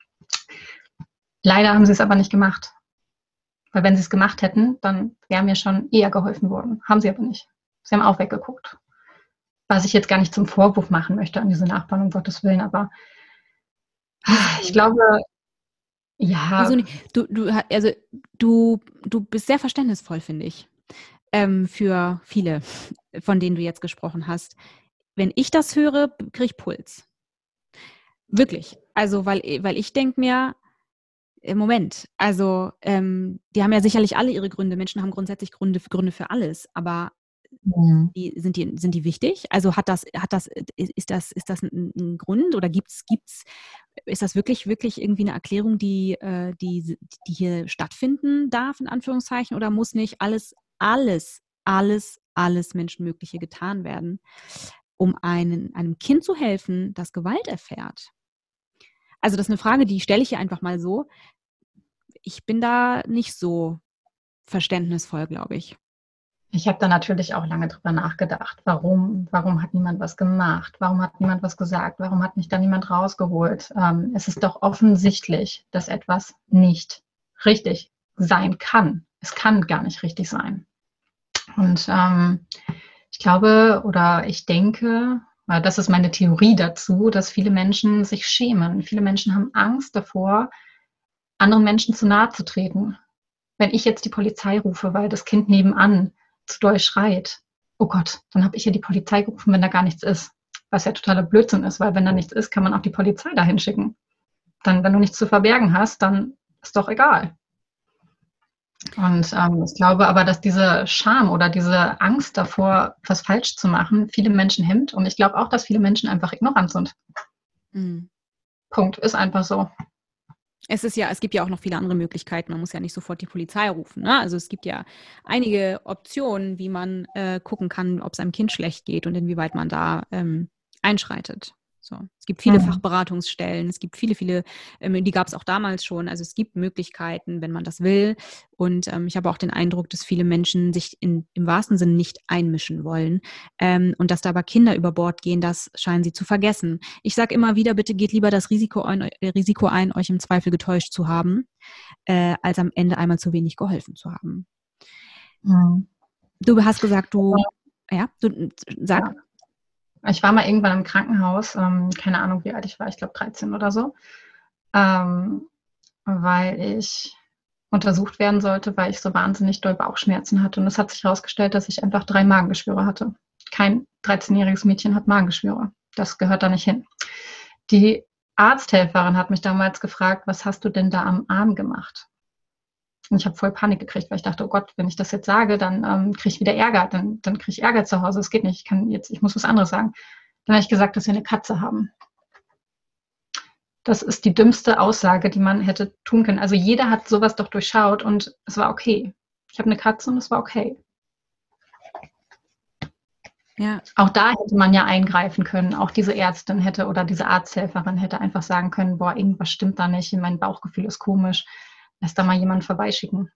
Leider haben sie es aber nicht gemacht. Weil wenn sie es gemacht hätten, dann wäre mir schon eher geholfen worden. Haben sie aber nicht. Sie haben auch weggeguckt. Was ich jetzt gar nicht zum Vorwurf machen möchte an diese Nachbarn, um Gottes Willen, aber ich glaube, ja. Wieso nicht? Du, du, also, du, du bist sehr verständnisvoll, finde ich, ähm, für viele, von denen du jetzt gesprochen hast. Wenn ich das höre, kriege ich Puls. Wirklich. Also, weil, weil ich denke mir, Moment, also ähm, die haben ja sicherlich alle ihre Gründe. Menschen haben grundsätzlich Gründe, Gründe für alles, aber Mhm. die, sind, die, sind die wichtig? Also hat das, hat das, ist das, ist das ein, ein Grund oder gibt's, gibt's, ist das wirklich, wirklich irgendwie eine Erklärung, die, die, die hier stattfinden darf, in Anführungszeichen, oder muss nicht alles, alles, alles, alles Menschenmögliche getan werden, um einen, einem Kind zu helfen, das Gewalt erfährt? Also das ist eine Frage, die stelle ich hier einfach mal so. Ich bin da nicht so verständnisvoll, glaube ich. Ich habe da natürlich auch lange drüber nachgedacht. Warum, warum hat niemand was gemacht? Warum hat niemand was gesagt? Warum hat mich da niemand rausgeholt? Ähm, es ist doch offensichtlich, dass etwas nicht richtig sein kann. Es kann gar nicht richtig sein. Und ähm, ich glaube oder ich denke, das ist meine Theorie dazu, dass viele Menschen sich schämen. Viele Menschen haben Angst davor, anderen Menschen zu nahe zu treten. Wenn ich jetzt die Polizei rufe, weil das Kind nebenan zu doll schreit, oh Gott, dann habe ich ja die Polizei gerufen, wenn da gar nichts ist. Was ja totaler Blödsinn ist, weil wenn da nichts ist, kann man auch die Polizei dahin schicken. Dann, wenn du nichts zu verbergen hast, dann ist doch egal. Und ähm, ich glaube aber, dass diese Scham oder diese Angst davor, was falsch zu machen, viele Menschen hemmt. Und ich glaube auch, dass viele Menschen einfach ignorant sind. Mhm. Punkt, ist einfach so. Es ist ja, es gibt ja auch noch viele andere Möglichkeiten. Man muss ja nicht sofort die Polizei rufen. Ne? Also es gibt ja einige Optionen, wie man äh, gucken kann, ob es einem Kind schlecht geht und inwieweit man da ähm, einschreitet. So. Es gibt viele mhm. Fachberatungsstellen, es gibt viele, viele, ähm, die gab es auch damals schon. Also es gibt Möglichkeiten, wenn man das will. Und ähm, ich habe auch den Eindruck, dass viele Menschen sich in, im wahrsten Sinne nicht einmischen wollen. Ähm, und dass da aber Kinder über Bord gehen, das scheinen sie zu vergessen. Ich sage immer wieder, bitte geht lieber das Risiko ein, äh, Risiko ein, euch im Zweifel getäuscht zu haben, äh, als am Ende einmal zu wenig geholfen zu haben. Mhm. Du hast gesagt, du, ja, ja du sag. Ja. Ich war mal irgendwann im Krankenhaus, ähm, keine Ahnung, wie alt ich war, ich glaube dreizehn oder so, ähm, weil ich untersucht werden sollte, weil ich so wahnsinnig doll Bauchschmerzen hatte. Und es hat sich herausgestellt, dass ich einfach drei Magengeschwüre hatte. Kein dreizehnjähriges Mädchen hat Magengeschwüre. Das gehört da nicht hin. Die Arzthelferin hat mich damals gefragt, was hast du denn da am Arm gemacht? Und ich habe voll Panik gekriegt, weil ich dachte, oh Gott, wenn ich das jetzt sage, dann ähm, kriege ich wieder Ärger. Dann, dann kriege ich Ärger zu Hause. Das geht nicht. Ich kann jetzt, ich muss was anderes sagen. Dann habe ich gesagt, dass wir eine Katze haben. Das ist die dümmste Aussage, die man hätte tun können. Also jeder hat sowas doch durchschaut und es war okay. Ich habe eine Katze und es war okay. Ja. Auch da hätte man ja eingreifen können. Auch diese Ärztin hätte oder diese Arzthelferin hätte einfach sagen können, boah, irgendwas stimmt da nicht, mein Bauchgefühl ist komisch. Lass da mal jemanden vorbeischicken.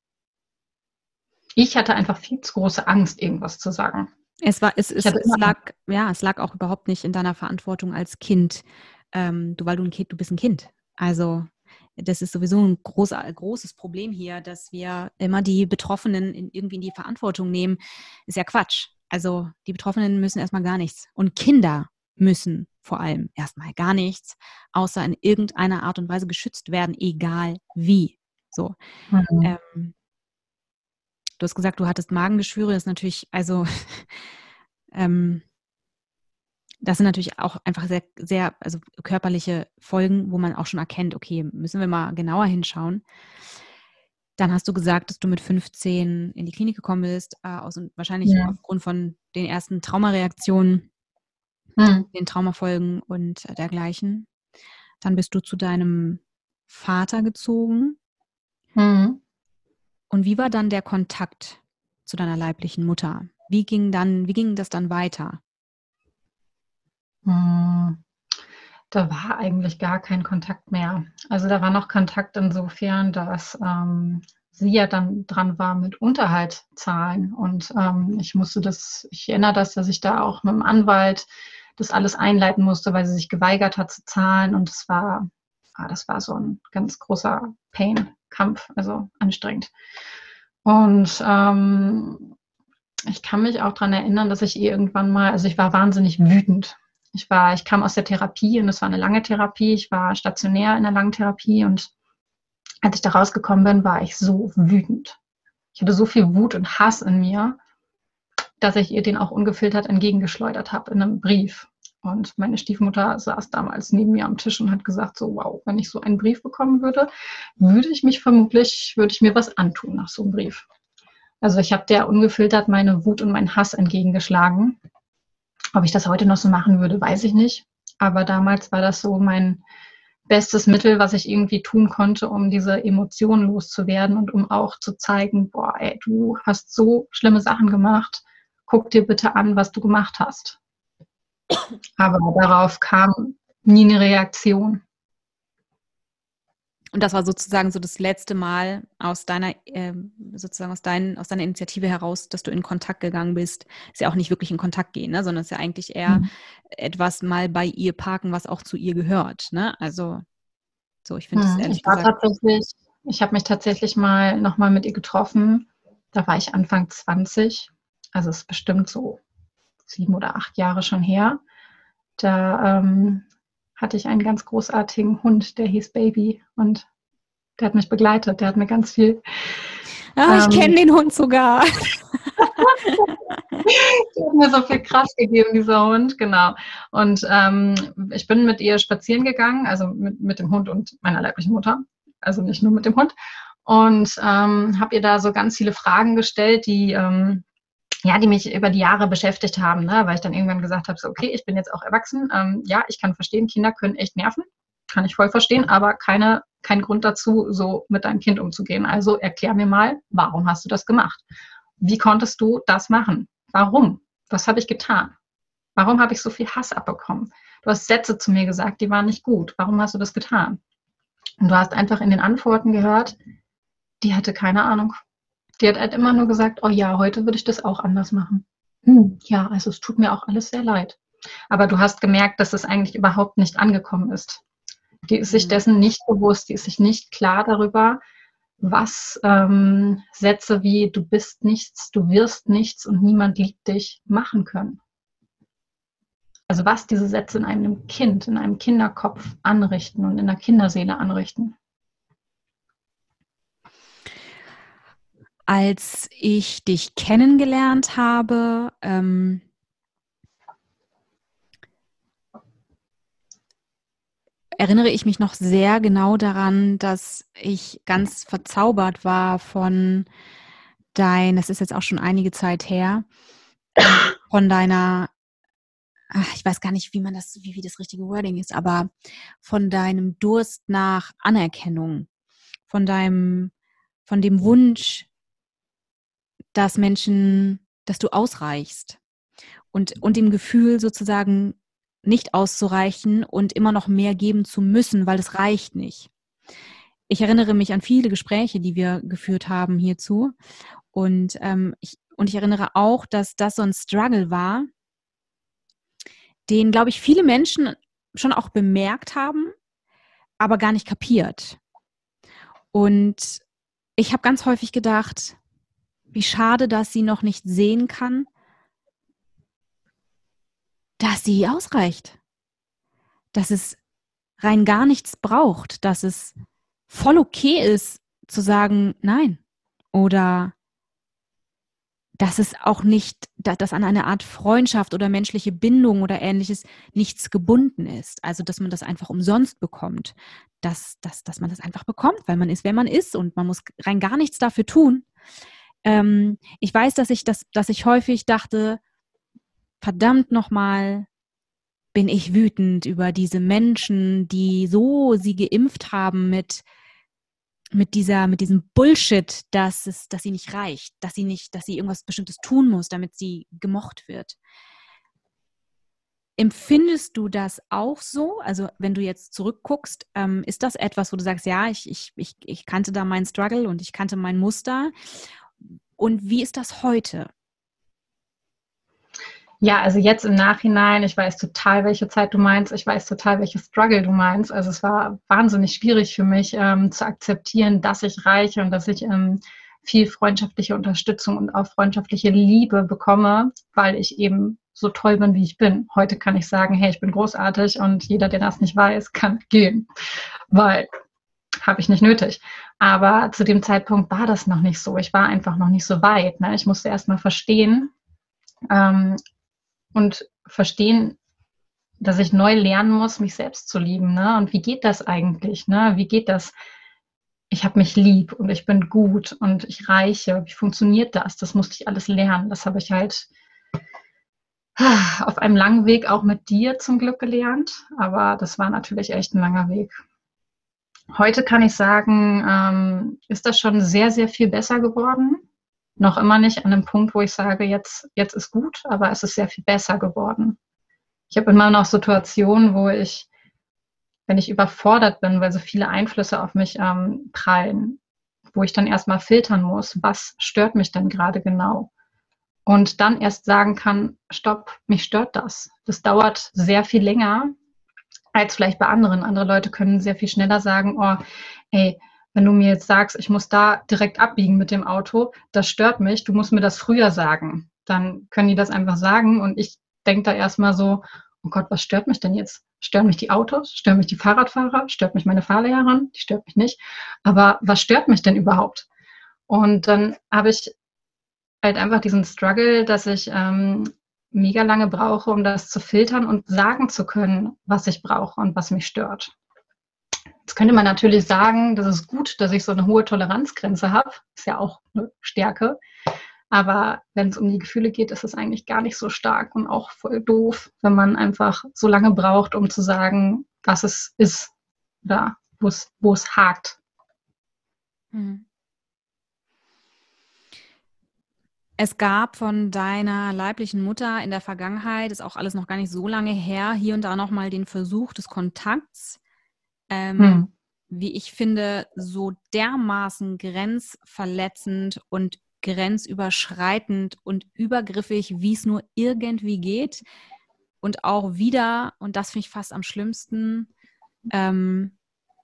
Ich hatte einfach viel zu große Angst, irgendwas zu sagen. Es war, es, es, es lag, ja, es lag auch überhaupt nicht in deiner Verantwortung als Kind, ähm, du, weil du ein Kind, du bist ein Kind. Also das ist sowieso ein groß, großes Problem hier, dass wir immer die Betroffenen in, irgendwie in die Verantwortung nehmen. Ist ja Quatsch. Also die Betroffenen müssen erstmal gar nichts. Und Kinder müssen vor allem erstmal gar nichts, außer in irgendeiner Art und Weise geschützt werden, egal wie. So. Mhm. Ähm, du hast gesagt, du hattest Magengeschwüre. Das ist natürlich, also ähm, das sind natürlich auch einfach sehr, sehr, also körperliche Folgen, wo man auch schon erkennt, okay, müssen wir mal genauer hinschauen. Dann hast du gesagt, dass du mit fünfzehn in die Klinik gekommen bist, äh, aus, wahrscheinlich ja. aufgrund von den ersten Traumareaktionen, hm. den Traumafolgen und dergleichen. Dann bist du zu deinem Vater gezogen. Hm. Und wie war dann der Kontakt zu deiner leiblichen Mutter? wie ging dann, wie ging das dann weiter? Hm, Da war eigentlich gar kein Kontakt mehr. Also da war noch Kontakt insofern, dass ähm, sie ja dann dran war mit Unterhalt zahlen. Und ähm, ich musste das, ich erinnere das, dass ich da auch mit dem Anwalt das alles einleiten musste, weil sie sich geweigert hat zu zahlen. Und das war, ah, das war so ein ganz großer Pain, Kampf, also anstrengend. Und ähm, ich kann mich auch daran erinnern, dass ich irgendwann mal, also ich war wahnsinnig wütend. Ich war, ich kam aus der Therapie und es war eine lange Therapie. Ich war stationär in der langen Therapie und als ich da rausgekommen bin, war ich so wütend. Ich hatte so viel Wut und Hass in mir, dass ich ihr den auch ungefiltert entgegengeschleudert habe in einem Brief. Und meine Stiefmutter saß damals neben mir am Tisch und hat gesagt, so wow, wenn ich so einen Brief bekommen würde, würde ich mich vermutlich, würde ich mir was antun nach so einem Brief. Also ich habe der ungefiltert meine Wut und meinen Hass entgegengeschlagen. Ob ich das heute noch so machen würde, weiß ich nicht. Aber damals war das so mein bestes Mittel, was ich irgendwie tun konnte, um diese Emotionen loszuwerden und um auch zu zeigen, boah, ey, du hast so schlimme Sachen gemacht. Guck dir bitte an, was du gemacht hast. Aber darauf kam nie eine Reaktion. Und das war sozusagen so das letzte Mal aus deiner, äh, sozusagen aus, dein, aus deiner Initiative heraus, dass du in Kontakt gegangen bist. Ist ja auch nicht wirklich in Kontakt gehen, ne? Sondern ist ja eigentlich eher mhm. etwas mal bei ihr parken, was auch zu ihr gehört. Ne? Also so, ich finde es mhm. ehrlich ich war gesagt. Tatsächlich, ich habe mich tatsächlich mal nochmal mit ihr getroffen. Da war ich Anfang zwanzig. Also es ist bestimmt so sieben oder acht Jahre schon her. Da ähm, hatte ich einen ganz großartigen Hund, der hieß Baby und der hat mich begleitet, der hat mir ganz viel... Ah, ich ähm, kenne den Hund sogar. Der hat mir so viel Kraft gegeben, dieser Hund, genau. Und ähm, ich bin mit ihr spazieren gegangen, also mit, mit dem Hund und meiner leiblichen Mutter, also nicht nur mit dem Hund. Und ähm, habe ihr da so ganz viele Fragen gestellt, die... Ähm, ja, die mich über die Jahre beschäftigt haben, ne? Weil ich dann irgendwann gesagt habe, so okay, ich bin jetzt auch erwachsen. Ähm, ja, ich kann verstehen, Kinder können echt nerven, kann ich voll verstehen, aber keine, kein Grund dazu, so mit deinem Kind umzugehen. Also erklär mir mal, warum hast du das gemacht? Wie konntest du das machen? Warum? Was habe ich getan? Warum habe ich so viel Hass abbekommen? Du hast Sätze zu mir gesagt, die waren nicht gut. Warum hast du das getan? Und du hast einfach in den Antworten gehört, die hatte keine Ahnung. Die hat halt immer nur gesagt, oh ja, heute würde ich das auch anders machen. Hm, ja, also es tut mir auch alles sehr leid. Aber du hast gemerkt, dass es eigentlich überhaupt nicht angekommen ist. Die ist sich dessen nicht bewusst, die ist sich nicht klar darüber, was ähm, Sätze wie du bist nichts, du wirst nichts und niemand liebt dich machen können. Also was diese Sätze in einem Kind, in einem Kinderkopf anrichten und in der Kinderseele anrichten. Als ich dich kennengelernt habe, ähm, erinnere ich mich noch sehr genau daran, dass ich ganz verzaubert war von dein, das ist jetzt auch schon einige Zeit her, von deiner, ach, ich weiß gar nicht, wie man das, wie, wie das richtige Wording ist, aber von deinem Durst nach Anerkennung, von deinem, von dem Wunsch, dass Menschen, dass du ausreichst und, und dem Gefühl sozusagen nicht auszureichen und immer noch mehr geben zu müssen, weil es reicht nicht. Ich erinnere mich an viele Gespräche, die wir geführt haben hierzu und, ähm, ich, und ich erinnere auch, dass das so ein Struggle war, den, glaube ich, viele Menschen schon auch bemerkt haben, aber gar nicht kapiert. Und ich habe ganz häufig gedacht, wie schade, dass sie noch nicht sehen kann, dass sie ausreicht. Dass es rein gar nichts braucht. Dass es voll okay ist, zu sagen, nein. Oder dass es auch nicht, dass an eine Art Freundschaft oder menschliche Bindung oder Ähnliches nichts gebunden ist. Also, dass man das einfach umsonst bekommt. Dass, dass, dass man das einfach bekommt, weil man ist, wer man ist und man muss rein gar nichts dafür tun. Ähm, ich weiß, dass ich, das, dass ich häufig dachte, verdammt nochmal, bin ich wütend über diese Menschen, die so sie geimpft haben mit mit dieser, mit diesem Bullshit, dass es, dass sie nicht reicht, dass sie nicht, dass sie irgendwas Bestimmtes tun muss, damit sie gemocht wird. Empfindest du das auch so? Also wenn du jetzt zurückguckst, ähm, ist das etwas, wo du sagst, ja, ich, ich, ich, ich kannte da meinen Struggle und ich kannte mein Muster. Und wie ist das heute? Ja, also jetzt im Nachhinein, ich weiß total, welche Zeit du meinst, ich weiß total, welche Struggle du meinst. Also es war wahnsinnig schwierig für mich ähm, zu akzeptieren, dass ich reiche und dass ich ähm, viel freundschaftliche Unterstützung und auch freundschaftliche Liebe bekomme, weil ich eben so toll bin, wie ich bin. Heute kann ich sagen, hey, ich bin großartig und jeder, der das nicht weiß, kann gehen, weil habe ich nicht nötig. Aber zu dem Zeitpunkt war das noch nicht so. Ich war einfach noch nicht so weit. Ne? Ich musste erst mal verstehen ähm, und verstehen, dass ich neu lernen muss, mich selbst zu lieben. Ne? Und wie geht das eigentlich? Ne? Wie geht das? Ich habe mich lieb und ich bin gut und ich reiche. Wie funktioniert das? Das musste ich alles lernen. Das habe ich halt auf einem langen Weg auch mit dir zum Glück gelernt. Aber das war natürlich echt ein langer Weg. Heute kann ich sagen, ähm, ist das schon sehr, sehr viel besser geworden. Noch immer nicht an einem Punkt, wo ich sage, jetzt, jetzt ist gut, aber es ist sehr viel besser geworden. Ich habe immer noch Situationen, wo ich, wenn ich überfordert bin, weil so viele Einflüsse auf mich ähm, prallen, wo ich dann erstmal filtern muss, was stört mich denn gerade genau? Und dann erst sagen kann, stopp, mich stört das. Das dauert sehr viel länger als vielleicht bei anderen. Andere Leute können sehr viel schneller sagen, oh, ey, wenn du mir jetzt sagst, ich muss da direkt abbiegen mit dem Auto, das stört mich, du musst mir das früher sagen. Dann können die das einfach sagen und ich denke da erstmal so, oh Gott, was stört mich denn jetzt? Stören mich die Autos? Stören mich die Fahrradfahrer? Stört mich meine Fahrlehrerin? Die stört mich nicht. Aber was stört mich denn überhaupt? Und dann habe ich halt einfach diesen Struggle, dass ich ähm, mega lange brauche, um das zu filtern und sagen zu können, was ich brauche und was mich stört. Jetzt könnte man natürlich sagen, das ist gut, dass ich so eine hohe Toleranzgrenze habe. Ist ja auch eine Stärke. Aber wenn es um die Gefühle geht, ist es eigentlich gar nicht so stark und auch voll doof, wenn man einfach so lange braucht, um zu sagen, was es ist oder wo es, wo es hakt. Hm. Es gab von deiner leiblichen Mutter in der Vergangenheit, ist auch alles noch gar nicht so lange her, hier und da nochmal den Versuch des Kontakts, ähm, hm. wie ich finde, so dermaßen grenzverletzend und grenzüberschreitend und übergriffig, wie es nur irgendwie geht. Und auch wieder, und das finde ich fast am schlimmsten, ähm,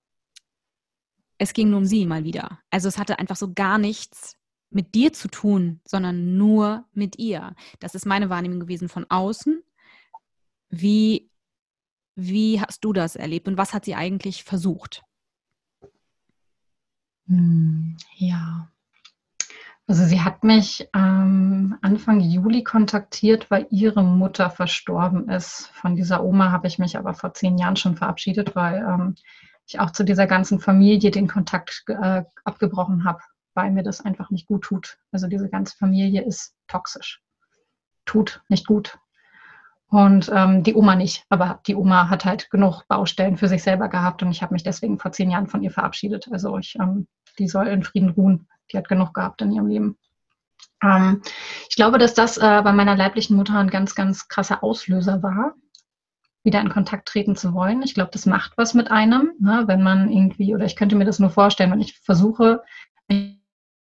es ging nur um sie mal wieder. Also es hatte einfach so gar nichts mit dir zu tun, sondern nur mit ihr. Das ist meine Wahrnehmung gewesen von außen. Wie, wie hast du das erlebt und was hat sie eigentlich versucht? Ja, also sie hat mich ähm, Anfang Juli kontaktiert, weil ihre Mutter verstorben ist. Von dieser Oma habe ich mich aber vor zehn Jahren schon verabschiedet, weil ähm, ich auch zu dieser ganzen Familie den Kontakt äh, abgebrochen habe, weil mir das einfach nicht gut tut. Also diese ganze Familie ist toxisch. Tut nicht gut. Und ähm, die Oma nicht, aber die Oma hat halt genug Baustellen für sich selber gehabt und ich habe mich deswegen vor zehn Jahren von ihr verabschiedet. Also ich, ähm, die soll in Frieden ruhen. Die hat genug gehabt in ihrem Leben. Ähm, ich glaube, dass das äh, bei meiner leiblichen Mutter ein ganz, ganz krasser Auslöser war, wieder in Kontakt treten zu wollen. Ich glaube, das macht was mit einem, ne, wenn man irgendwie, oder ich könnte mir das nur vorstellen, wenn ich versuche, mich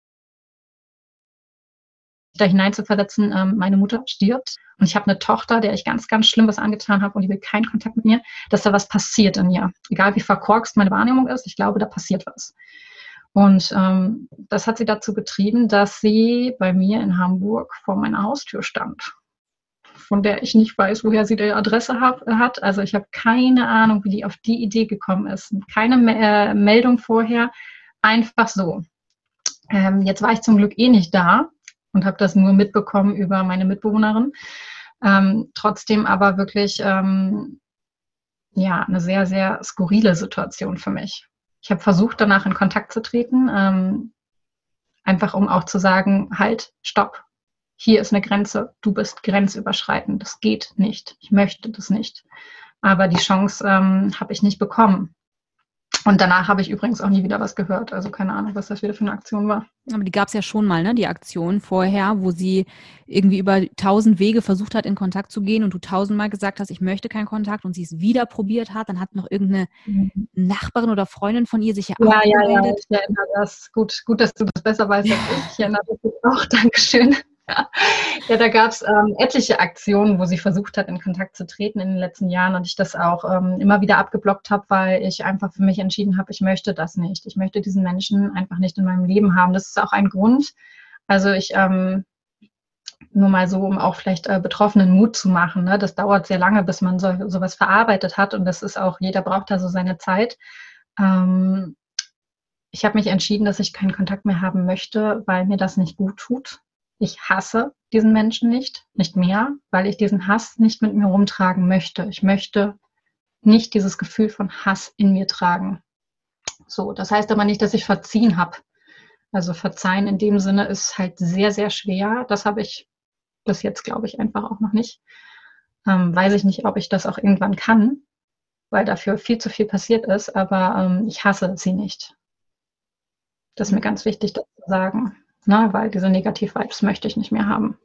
da hineinzuversetzen, ähm, meine Mutter stirbt und ich habe eine Tochter, der ich ganz, ganz schlimm was angetan habe und die will keinen Kontakt mit mir, dass da was passiert in ihr. Egal wie verkorkst meine Wahrnehmung ist, ich glaube, da passiert was. Und ähm, das hat sie dazu getrieben, dass sie bei mir in Hamburg vor meiner Haustür stand, von der ich nicht weiß, woher sie die Adresse hab, hat. Also ich habe keine Ahnung, wie die auf die Idee gekommen ist. Keine äh, Meldung vorher, einfach so. Ähm, jetzt war ich zum Glück eh nicht da und habe das nur mitbekommen über meine Mitbewohnerin. Ähm, trotzdem aber wirklich ähm, ja, eine sehr, sehr skurrile Situation für mich. Ich habe versucht, danach in Kontakt zu treten, ähm, einfach um auch zu sagen, halt, stopp, hier ist eine Grenze, du bist grenzüberschreitend, das geht nicht, ich möchte das nicht. Aber die Chance ähm, habe ich nicht bekommen. Und danach habe ich übrigens auch nie wieder was gehört. Also keine Ahnung, was das wieder für eine Aktion war. Aber die gab es ja schon mal, ne? Die Aktion vorher, wo sie irgendwie über tausend Wege versucht hat, in Kontakt zu gehen und du tausendmal gesagt hast, ich möchte keinen Kontakt und sie es wieder probiert hat. Dann hat noch irgendeine Mhm. Nachbarin oder Freundin von ihr sich ja Ja, auch ja, ja, gemeldet. ich erinnere das. Gut, gut, dass du das besser weißt als ich. Ich erinnere das jetzt auch. Dankeschön. Ja, da gab es ähm, etliche Aktionen, wo sie versucht hat, in Kontakt zu treten in den letzten Jahren und ich das auch ähm, immer wieder abgeblockt habe, weil ich einfach für mich entschieden habe, ich möchte das nicht. Ich möchte diesen Menschen einfach nicht in meinem Leben haben. Das ist auch ein Grund. Also ich, ähm, nur mal so, um auch vielleicht äh, Betroffenen Mut zu machen. Ne? Das dauert sehr lange, bis man so, sowas verarbeitet hat und das ist auch, jeder braucht da so seine Zeit. Ähm, ich habe mich entschieden, dass ich keinen Kontakt mehr haben möchte, weil mir das nicht gut tut. Ich hasse diesen Menschen nicht, nicht mehr, weil ich diesen Hass nicht mit mir rumtragen möchte. Ich möchte nicht dieses Gefühl von Hass in mir tragen. So, das heißt aber nicht, dass ich verziehen habe. Also verzeihen in dem Sinne ist halt sehr, sehr schwer. Das habe ich bis jetzt, glaube ich, einfach auch noch nicht. Ähm, weiß ich nicht, ob ich das auch irgendwann kann, weil dafür viel zu viel passiert ist, aber ähm, ich hasse sie nicht. Das ist mir ganz wichtig, das zu sagen, ne? Weil diese Negativ-Vibes möchte ich nicht mehr haben.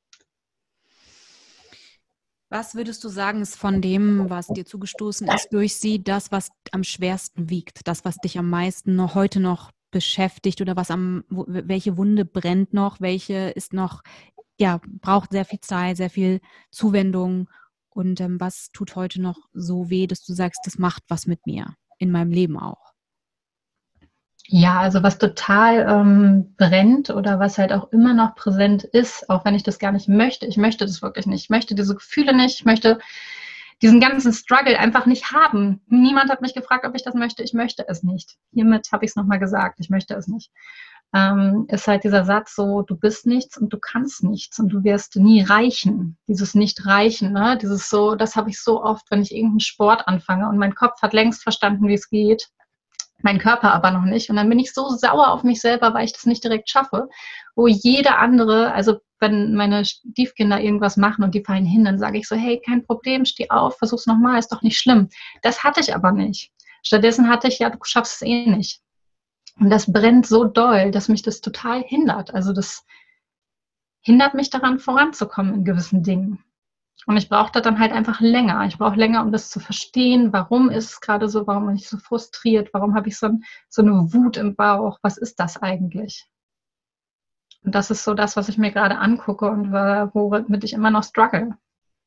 Was würdest du sagen, ist von dem, was dir zugestoßen ist durch sie, das, was am schwersten wiegt, das, was dich am meisten noch heute noch beschäftigt oder was am, welche Wunde brennt noch, welche ist noch, ja, braucht sehr viel Zeit, sehr viel Zuwendung und ähm, was tut heute noch so weh, dass du sagst, das macht was mit mir, in meinem Leben auch? Ja, also was total ähm, brennt oder was halt auch immer noch präsent ist, auch wenn ich das gar nicht möchte. Ich möchte das wirklich nicht. Ich möchte diese Gefühle nicht. Ich möchte diesen ganzen Struggle einfach nicht haben. Niemand hat mich gefragt, ob ich das möchte. Ich möchte es nicht. Hiermit habe ich es nochmal gesagt. Ich möchte es nicht. Ähm, ist halt dieser Satz so, du bist nichts und du kannst nichts und du wirst nie reichen. Dieses Nicht-Reichen, ne? Dieses so, das habe ich so oft, wenn ich irgendeinen Sport anfange und mein Kopf hat längst verstanden, wie es geht, mein Körper aber noch nicht. Und dann bin ich so sauer auf mich selber, weil ich das nicht direkt schaffe. Wo jeder andere, also wenn meine Stiefkinder irgendwas machen und die fallen hin, dann sage ich so, hey, kein Problem, steh auf, versuch's nochmal, ist doch nicht schlimm. Das hatte ich aber nicht. Stattdessen hatte ich, ja, du schaffst es eh nicht. Und das brennt so doll, dass mich das total hindert. Also das hindert mich daran, voranzukommen in gewissen Dingen. Und ich brauchte dann halt einfach länger. Ich brauche länger, um das zu verstehen. Warum ist es gerade so? Warum bin ich so frustriert? Warum habe ich so, ein, so eine Wut im Bauch? Was ist das eigentlich? Und das ist so das, was ich mir gerade angucke und womit ich immer noch struggle.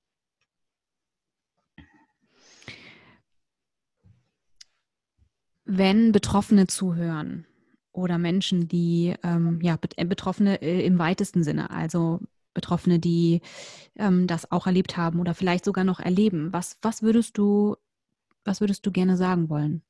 Wenn Betroffene zuhören oder Menschen, die ähm, ja, Betroffene äh, im weitesten Sinne, also Betroffene, die ähm, das auch erlebt haben oder vielleicht sogar noch erleben, was, was würdest du, was würdest du gerne sagen wollen?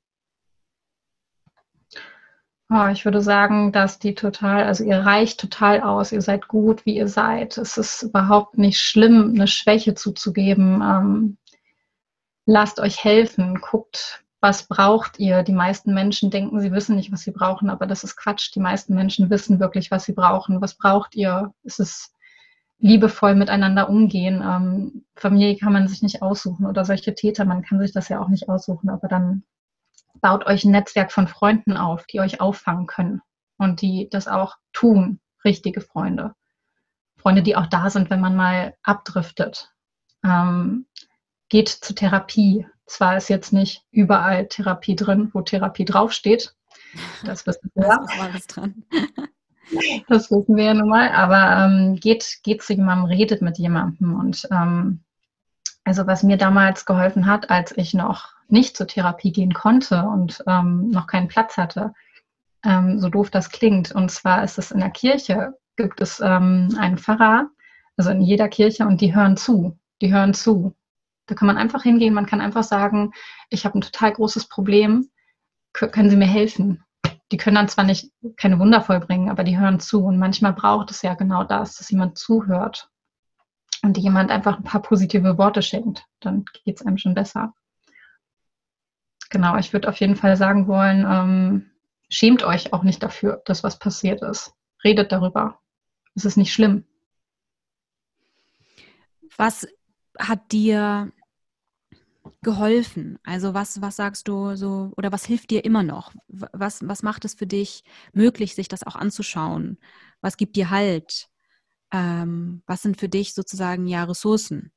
Oh, ich würde sagen, dass die total, also ihr reicht total aus, ihr seid gut, wie ihr seid. Es ist überhaupt nicht schlimm, eine Schwäche zuzugeben. Ähm, lasst euch helfen, guckt, was braucht ihr. Die meisten Menschen denken, sie wissen nicht, was sie brauchen, aber das ist Quatsch. Die meisten Menschen wissen wirklich, was sie brauchen. Was braucht ihr? Es ist liebevoll miteinander umgehen. Ähm, Familie kann man sich nicht aussuchen oder solche Täter, man kann sich das ja auch nicht aussuchen, aber dann baut euch ein Netzwerk von Freunden auf, die euch auffangen können und die das auch tun, richtige Freunde. Freunde, die auch da sind, wenn man mal abdriftet. Ähm, geht zur Therapie. Zwar ist jetzt nicht überall Therapie drin, wo Therapie draufsteht. Das wissen wir. Da ist was dran. Das wissen wir ja nun mal. Aber ähm, geht, geht zu jemandem, redet mit jemandem. Und ähm, also was mir damals geholfen hat, als ich noch nicht zur Therapie gehen konnte und ähm, noch keinen Platz hatte, ähm, so doof das klingt. Und zwar ist es in der Kirche, gibt es ähm, einen Pfarrer, also in jeder Kirche, und die hören zu. Die hören zu. Da kann man einfach hingehen, man kann einfach sagen, ich habe ein total großes Problem, können Sie mir helfen? Die können dann zwar nicht keine Wunder vollbringen, aber die hören zu. Und manchmal braucht es ja genau das, dass jemand zuhört und jemand einfach ein paar positive Worte schenkt. Dann geht es einem schon besser. Genau, ich würde auf jeden Fall sagen wollen, ähm, schämt euch auch nicht dafür, dass was passiert ist. Redet darüber. Es ist nicht schlimm. Was hat dir geholfen? Also was, was sagst du so, oder was hilft dir immer noch? Was, was macht es für dich möglich, sich das auch anzuschauen? Was gibt dir Halt? Ähm, was sind für dich sozusagen ja Ressourcen?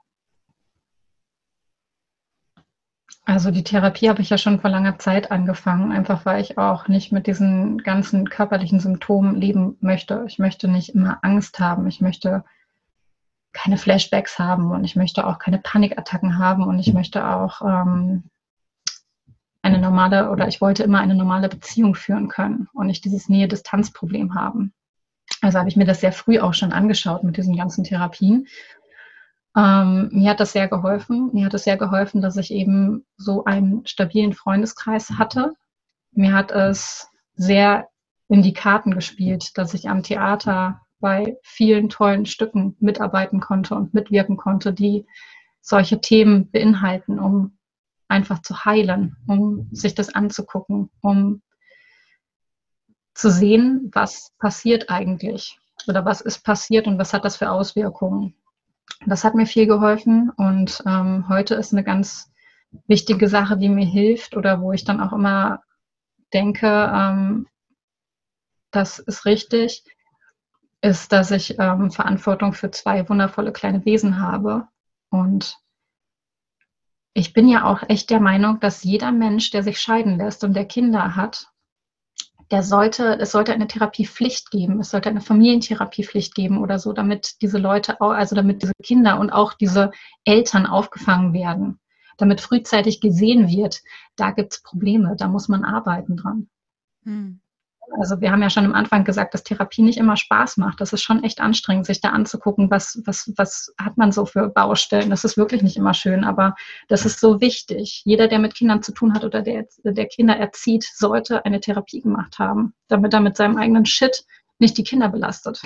Also die Therapie habe ich ja schon vor langer Zeit angefangen, einfach weil ich auch nicht mit diesen ganzen körperlichen Symptomen leben möchte. Ich möchte nicht immer Angst haben. Ich möchte keine Flashbacks haben und ich möchte auch keine Panikattacken haben und ich möchte auch ähm, eine normale oder ich wollte immer eine normale Beziehung führen können und nicht dieses Nähe-Distanz-Problem haben. Also habe ich mir das sehr früh auch schon angeschaut mit diesen ganzen Therapien. Ähm, mir hat das sehr geholfen. Mir hat es sehr geholfen, dass ich eben so einen stabilen Freundeskreis hatte. Mir hat es sehr in die Karten gespielt, dass ich am Theater bei vielen tollen Stücken mitarbeiten konnte und mitwirken konnte, die solche Themen beinhalten, um einfach zu heilen, um sich das anzugucken, um zu sehen, was passiert eigentlich oder was ist passiert und was hat das für Auswirkungen. Das hat mir viel geholfen und ähm, heute ist eine ganz wichtige Sache, die mir hilft oder wo ich dann auch immer denke, ähm, das ist richtig, ist, dass ich ähm, Verantwortung für zwei wundervolle kleine Wesen habe. Und ich bin ja auch echt der Meinung, dass jeder Mensch, der sich scheiden lässt und der Kinder hat, der sollte, es sollte eine Therapiepflicht geben, es sollte eine Familientherapiepflicht geben oder so, damit diese Leute, also damit diese Kinder und auch diese Eltern aufgefangen werden, damit frühzeitig gesehen wird, da gibt es Probleme, da muss man arbeiten dran. Hm. Also wir haben ja schon am Anfang gesagt, dass Therapie nicht immer Spaß macht. Das ist schon echt anstrengend, sich da anzugucken, was, was, was hat man so für Baustellen. Das ist wirklich nicht immer schön, aber das ist so wichtig. Jeder, der mit Kindern zu tun hat oder der, der Kinder erzieht, sollte eine Therapie gemacht haben, damit er mit seinem eigenen Shit nicht die Kinder belastet.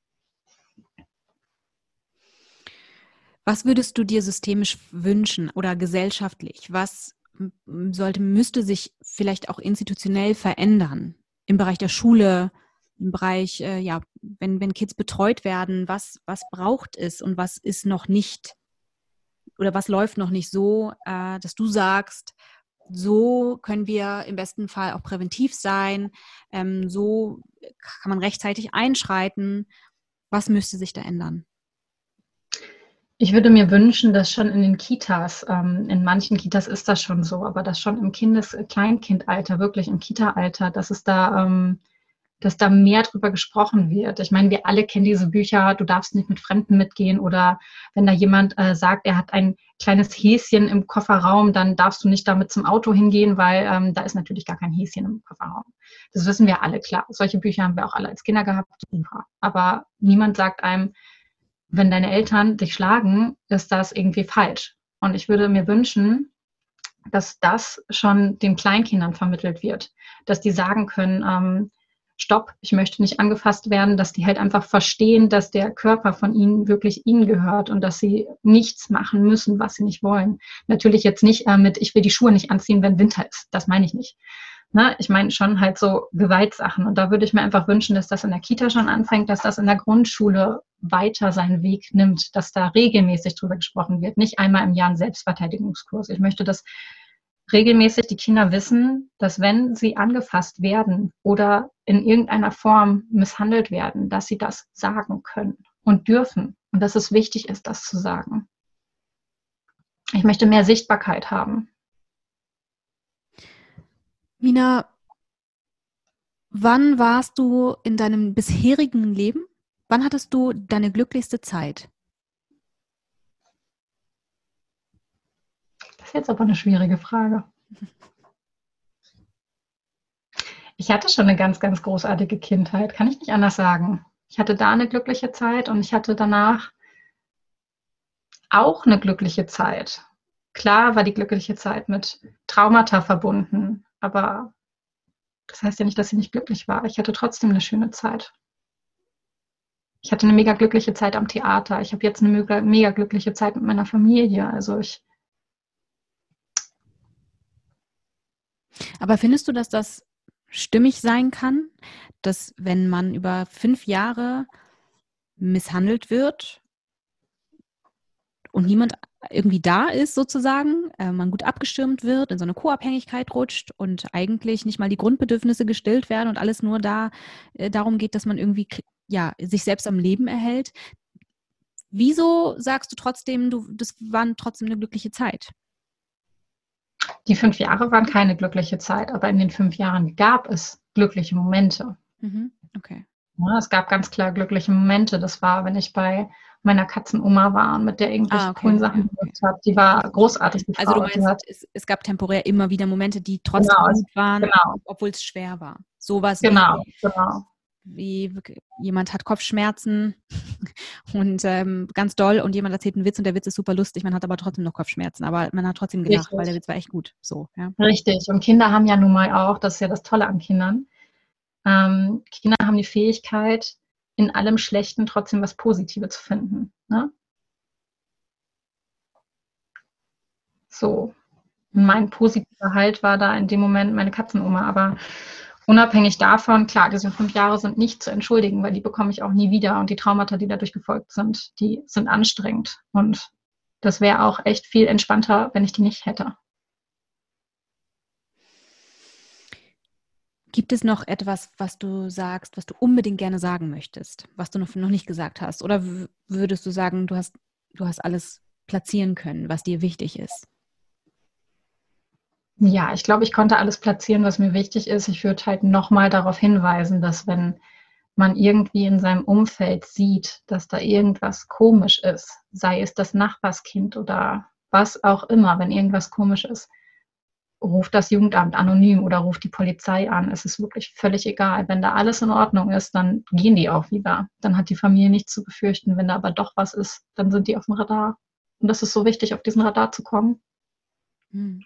Was würdest du dir systemisch wünschen oder gesellschaftlich? Was sollte, müsste sich vielleicht auch institutionell verändern? Im Bereich der Schule, im Bereich, äh, ja, wenn, wenn Kids betreut werden, was, was braucht es und was ist noch nicht oder was läuft noch nicht so, äh, dass du sagst, so können wir im besten Fall auch präventiv sein, ähm, so kann man rechtzeitig einschreiten. Was müsste sich da ändern? Ich würde mir wünschen, dass schon in den Kitas, ähm, in manchen Kitas ist das schon so, aber dass schon im Kindes-, Kleinkindalter, wirklich im Kita-Alter, dass es da, ähm, dass da mehr drüber gesprochen wird. Ich meine, wir alle kennen diese Bücher, du darfst nicht mit Fremden mitgehen oder wenn da jemand äh, sagt, er hat ein kleines Häschen im Kofferraum, dann darfst du nicht damit zum Auto hingehen, weil ähm, da ist natürlich gar kein Häschen im Kofferraum. Das wissen wir alle, klar. Solche Bücher haben wir auch alle als Kinder gehabt, super. Aber niemand sagt einem, wenn deine Eltern dich schlagen, ist das irgendwie falsch. Und ich würde mir wünschen, dass das schon den Kleinkindern vermittelt wird, dass die sagen können, ähm, stopp, ich möchte nicht angefasst werden, dass die halt einfach verstehen, dass der Körper von ihnen wirklich ihnen gehört und dass sie nichts machen müssen, was sie nicht wollen. Natürlich jetzt nicht äh, mit, ich will die Schuhe nicht anziehen, wenn Winter ist. Das meine ich nicht. Ne? Ich meine schon halt so Gewaltsachen. Und da würde ich mir einfach wünschen, dass das in der Kita schon anfängt, dass das in der Grundschule weiter seinen Weg nimmt, dass da regelmäßig drüber gesprochen wird. Nicht einmal im Jahr ein Selbstverteidigungskurs. Ich möchte, dass regelmäßig die Kinder wissen, dass wenn sie angefasst werden oder in irgendeiner Form misshandelt werden, dass sie das sagen können und dürfen und dass es wichtig ist, das zu sagen. Ich möchte mehr Sichtbarkeit haben. Mina, wann warst du in deinem bisherigen Leben? Wann hattest du deine glücklichste Zeit? Das ist jetzt aber eine schwierige Frage. Ich hatte schon eine ganz, ganz großartige Kindheit, kann ich nicht anders sagen. Ich hatte da eine glückliche Zeit und ich hatte danach auch eine glückliche Zeit. Klar war die glückliche Zeit mit Traumata verbunden, aber das heißt ja nicht, dass sie nicht glücklich war. Ich hatte trotzdem eine schöne Zeit. Ich hatte eine mega glückliche Zeit am Theater. Ich habe jetzt eine mega, mega glückliche Zeit mit meiner Familie. Also ich. Aber findest du, dass das stimmig sein kann, dass wenn man über fünf Jahre misshandelt wird und niemand irgendwie da ist sozusagen, äh, man gut abgestimmt wird, in so eine Co-Abhängigkeit rutscht und eigentlich nicht mal die Grundbedürfnisse gestillt werden und alles nur da äh, darum geht, dass man irgendwie ja, sich selbst am Leben erhält. Wieso sagst du trotzdem, du, das war trotzdem eine glückliche Zeit? Die fünf Jahre waren keine glückliche Zeit, aber in den fünf Jahren gab es glückliche Momente. Mhm. Okay. Ja, es gab ganz klar glückliche Momente. Das war, wenn ich bei meiner Katzenoma war und mit der irgendwelche Ah, okay. coolen Sachen Ja, okay. gemacht habe. Die war großartig, die Frau. Also du Die meinst, hat, es, es gab temporär immer wieder Momente, die trotzdem genau, es- gut waren, genau, obwohl es schwer war. Sowas genau, wie, genau. wie jemand hat Kopfschmerzen und ähm, ganz doll und jemand erzählt einen Witz und der Witz ist super lustig, man hat aber trotzdem noch Kopfschmerzen, aber man hat trotzdem gelacht, weil der Richtig, Witz war echt gut. So, ja. richtig. Und Kinder haben ja nun mal auch, das ist ja das Tolle an Kindern, ähm, Kinder haben die Fähigkeit, in allem Schlechten trotzdem was Positives zu finden. Ne? So. Mein positiver Halt war da in dem Moment meine Katzenoma, aber unabhängig davon, klar, diese fünf Jahre sind nicht zu entschuldigen, weil die bekomme ich auch nie wieder und die Traumata, die dadurch gefolgt sind, die sind anstrengend und das wäre auch echt viel entspannter, wenn ich die nicht hätte. Gibt es noch etwas, was du sagst, was du unbedingt gerne sagen möchtest, was du noch, noch nicht gesagt hast? Oder w- würdest du sagen, du hast, du hast alles platzieren können, was dir wichtig ist? Ja, ich glaube, ich konnte alles platzieren, was mir wichtig ist. Ich würde halt nochmal darauf hinweisen, dass wenn man irgendwie in seinem Umfeld sieht, dass da irgendwas komisch ist, sei es das Nachbarskind oder was auch immer, wenn irgendwas komisch ist, ruft das Jugendamt anonym oder ruft die Polizei an. Es ist wirklich völlig egal. Wenn da alles in Ordnung ist, dann gehen die auch wieder. Dann hat die Familie nichts zu befürchten. Wenn da aber doch was ist, dann sind die auf dem Radar. Und das ist so wichtig, auf diesen Radar zu kommen. Hm.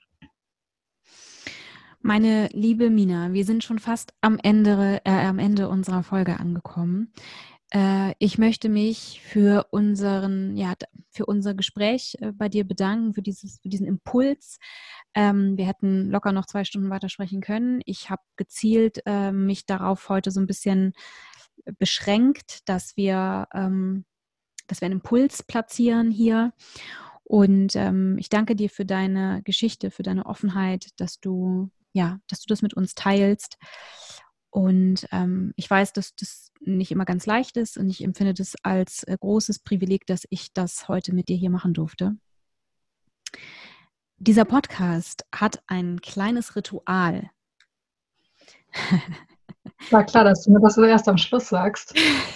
Meine liebe Mina, wir sind schon fast am Ende, äh, am Ende unserer Folge angekommen. Äh, ich möchte mich für unseren, ja, für unser Gespräch äh, bei dir bedanken, für dieses, für diesen Impuls. Ähm, wir hätten locker noch zwei Stunden weitersprechen können. Ich habe gezielt äh, mich darauf heute so ein bisschen beschränkt, dass wir, ähm, dass wir einen Impuls platzieren hier. Und ähm, ich danke dir für deine Geschichte, für deine Offenheit, dass du, ja, dass du das mit uns teilst. Und ähm, ich weiß, dass das nicht immer ganz leicht ist und ich empfinde das als äh, großes Privileg, dass ich das heute mit dir hier machen durfte. Dieser Podcast hat ein kleines Ritual. War klar, dass du mir das so erst am Schluss sagst.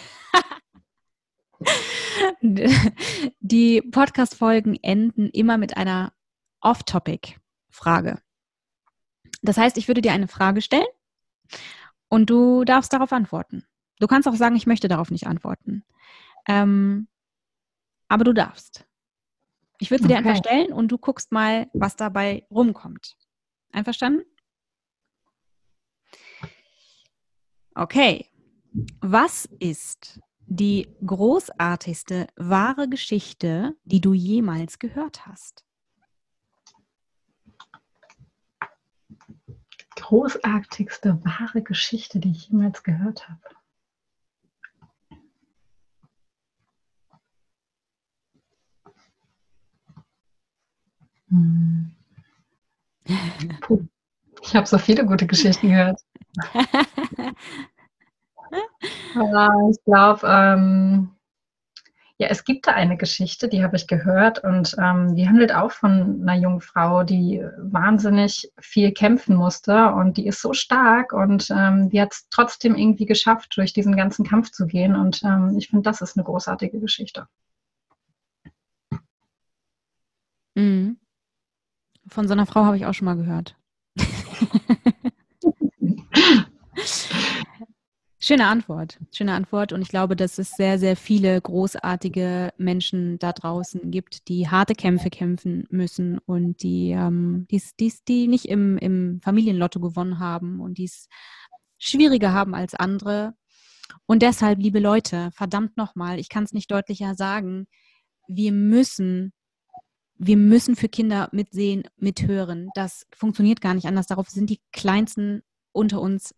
Die Podcast-Folgen enden immer mit einer Off-Topic-Frage. Das heißt, ich würde dir eine Frage stellen und du darfst darauf antworten. Du kannst auch sagen, ich möchte darauf nicht antworten. Ähm, aber du darfst. Ich würde sie dir einfach Okay. stellen und du guckst mal, was dabei rumkommt. Einverstanden? Okay. Was ist die großartigste wahre Geschichte, die du jemals gehört hast? Großartigste wahre Geschichte, die ich jemals gehört habe. Hm. Puh. Ich habe so viele gute Geschichten gehört. Aber ich glaube, ähm, ja, es gibt da eine Geschichte, die habe ich gehört und ähm, die handelt auch von einer jungen Frau, die wahnsinnig viel kämpfen musste und die ist so stark und ähm, die hat es trotzdem irgendwie geschafft, durch diesen ganzen Kampf zu gehen und ähm, ich finde, das ist eine großartige Geschichte. Mhm. Von so einer Frau habe ich auch schon mal gehört. Schöne Antwort, schöne Antwort. Und ich glaube, dass es sehr, sehr viele großartige Menschen da draußen gibt, die harte Kämpfe kämpfen müssen und die, ähm, die's, die's, die nicht im, im Familienlotto gewonnen haben und die es schwieriger haben als andere. Und deshalb, liebe Leute, verdammt nochmal, ich kann es nicht deutlicher sagen, wir müssen, wir müssen für Kinder mitsehen, mithören. Das funktioniert gar nicht anders. Darauf sind die Kleinsten unter uns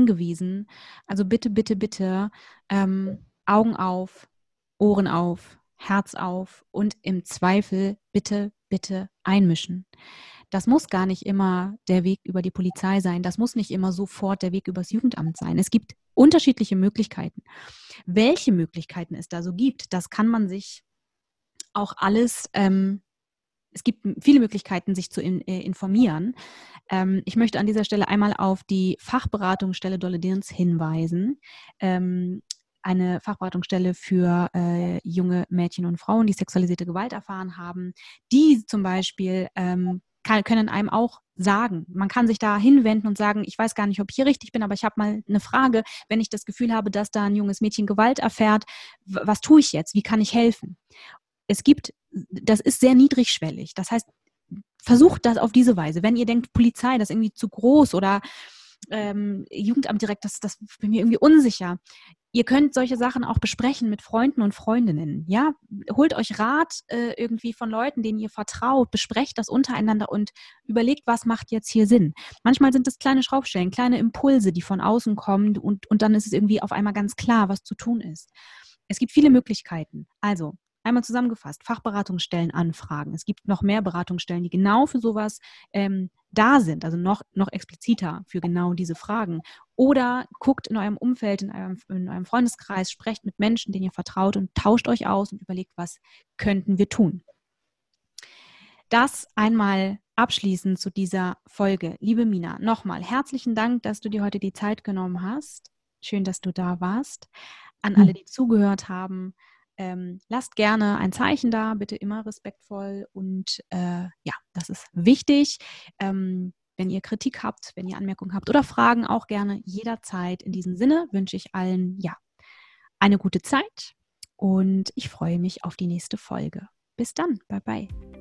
angewiesen. Also bitte, bitte, bitte, ähm, Augen auf, Ohren auf, Herz auf und im Zweifel bitte, bitte einmischen. Das muss gar nicht immer der Weg über die Polizei sein. Das muss nicht immer sofort der Weg übers Jugendamt sein. Es gibt unterschiedliche Möglichkeiten. Welche Möglichkeiten es da so gibt, das kann man sich auch alles, ähm, es gibt viele Möglichkeiten, sich zu in, äh, informieren. Ähm, ich möchte an dieser Stelle einmal auf die Fachberatungsstelle Dolle-Dirns hinweisen. Ähm, eine Fachberatungsstelle für äh, junge Mädchen und Frauen, die sexualisierte Gewalt erfahren haben, die zum Beispiel ähm, kann, können einem auch sagen, man kann sich da hinwenden und sagen, ich weiß gar nicht, ob ich hier richtig bin, aber ich habe mal eine Frage, wenn ich das Gefühl habe, dass da ein junges Mädchen Gewalt erfährt, w- was tue ich jetzt, wie kann ich helfen? Es gibt, das ist sehr niedrigschwellig, das heißt, versucht das auf diese Weise. Wenn ihr denkt, Polizei, das ist irgendwie zu groß oder ähm, Jugendamt direkt, das, das bin mir irgendwie unsicher. Ihr könnt solche Sachen auch besprechen mit Freunden und Freundinnen. Ja, holt euch Rat äh, irgendwie von Leuten, denen ihr vertraut, besprecht das untereinander und überlegt, was macht jetzt hier Sinn. Manchmal sind es kleine Schraubstellen, kleine Impulse, die von außen kommen und, und dann ist es irgendwie auf einmal ganz klar, was zu tun ist. Es gibt viele Möglichkeiten. Also, einmal zusammengefasst, Fachberatungsstellen anfragen. Es gibt noch mehr Beratungsstellen, die genau für sowas ähm, da sind, also noch, noch expliziter für genau diese Fragen. Oder guckt in eurem Umfeld, in eurem, in eurem Freundeskreis, sprecht mit Menschen, denen ihr vertraut und tauscht euch aus und überlegt, was könnten wir tun. Das einmal abschließend zu dieser Folge. Liebe Mina, nochmal herzlichen Dank, dass du dir heute die Zeit genommen hast. Schön, dass du da warst. An alle, die zugehört haben, ähm, lasst gerne ein Zeichen da, bitte immer respektvoll und äh, ja, das ist wichtig. Ähm, wenn ihr Kritik habt, wenn ihr Anmerkungen habt oder Fragen, auch gerne jederzeit. In diesem Sinne wünsche ich allen ja eine gute Zeit und ich freue mich auf die nächste Folge. Bis dann, bye bye.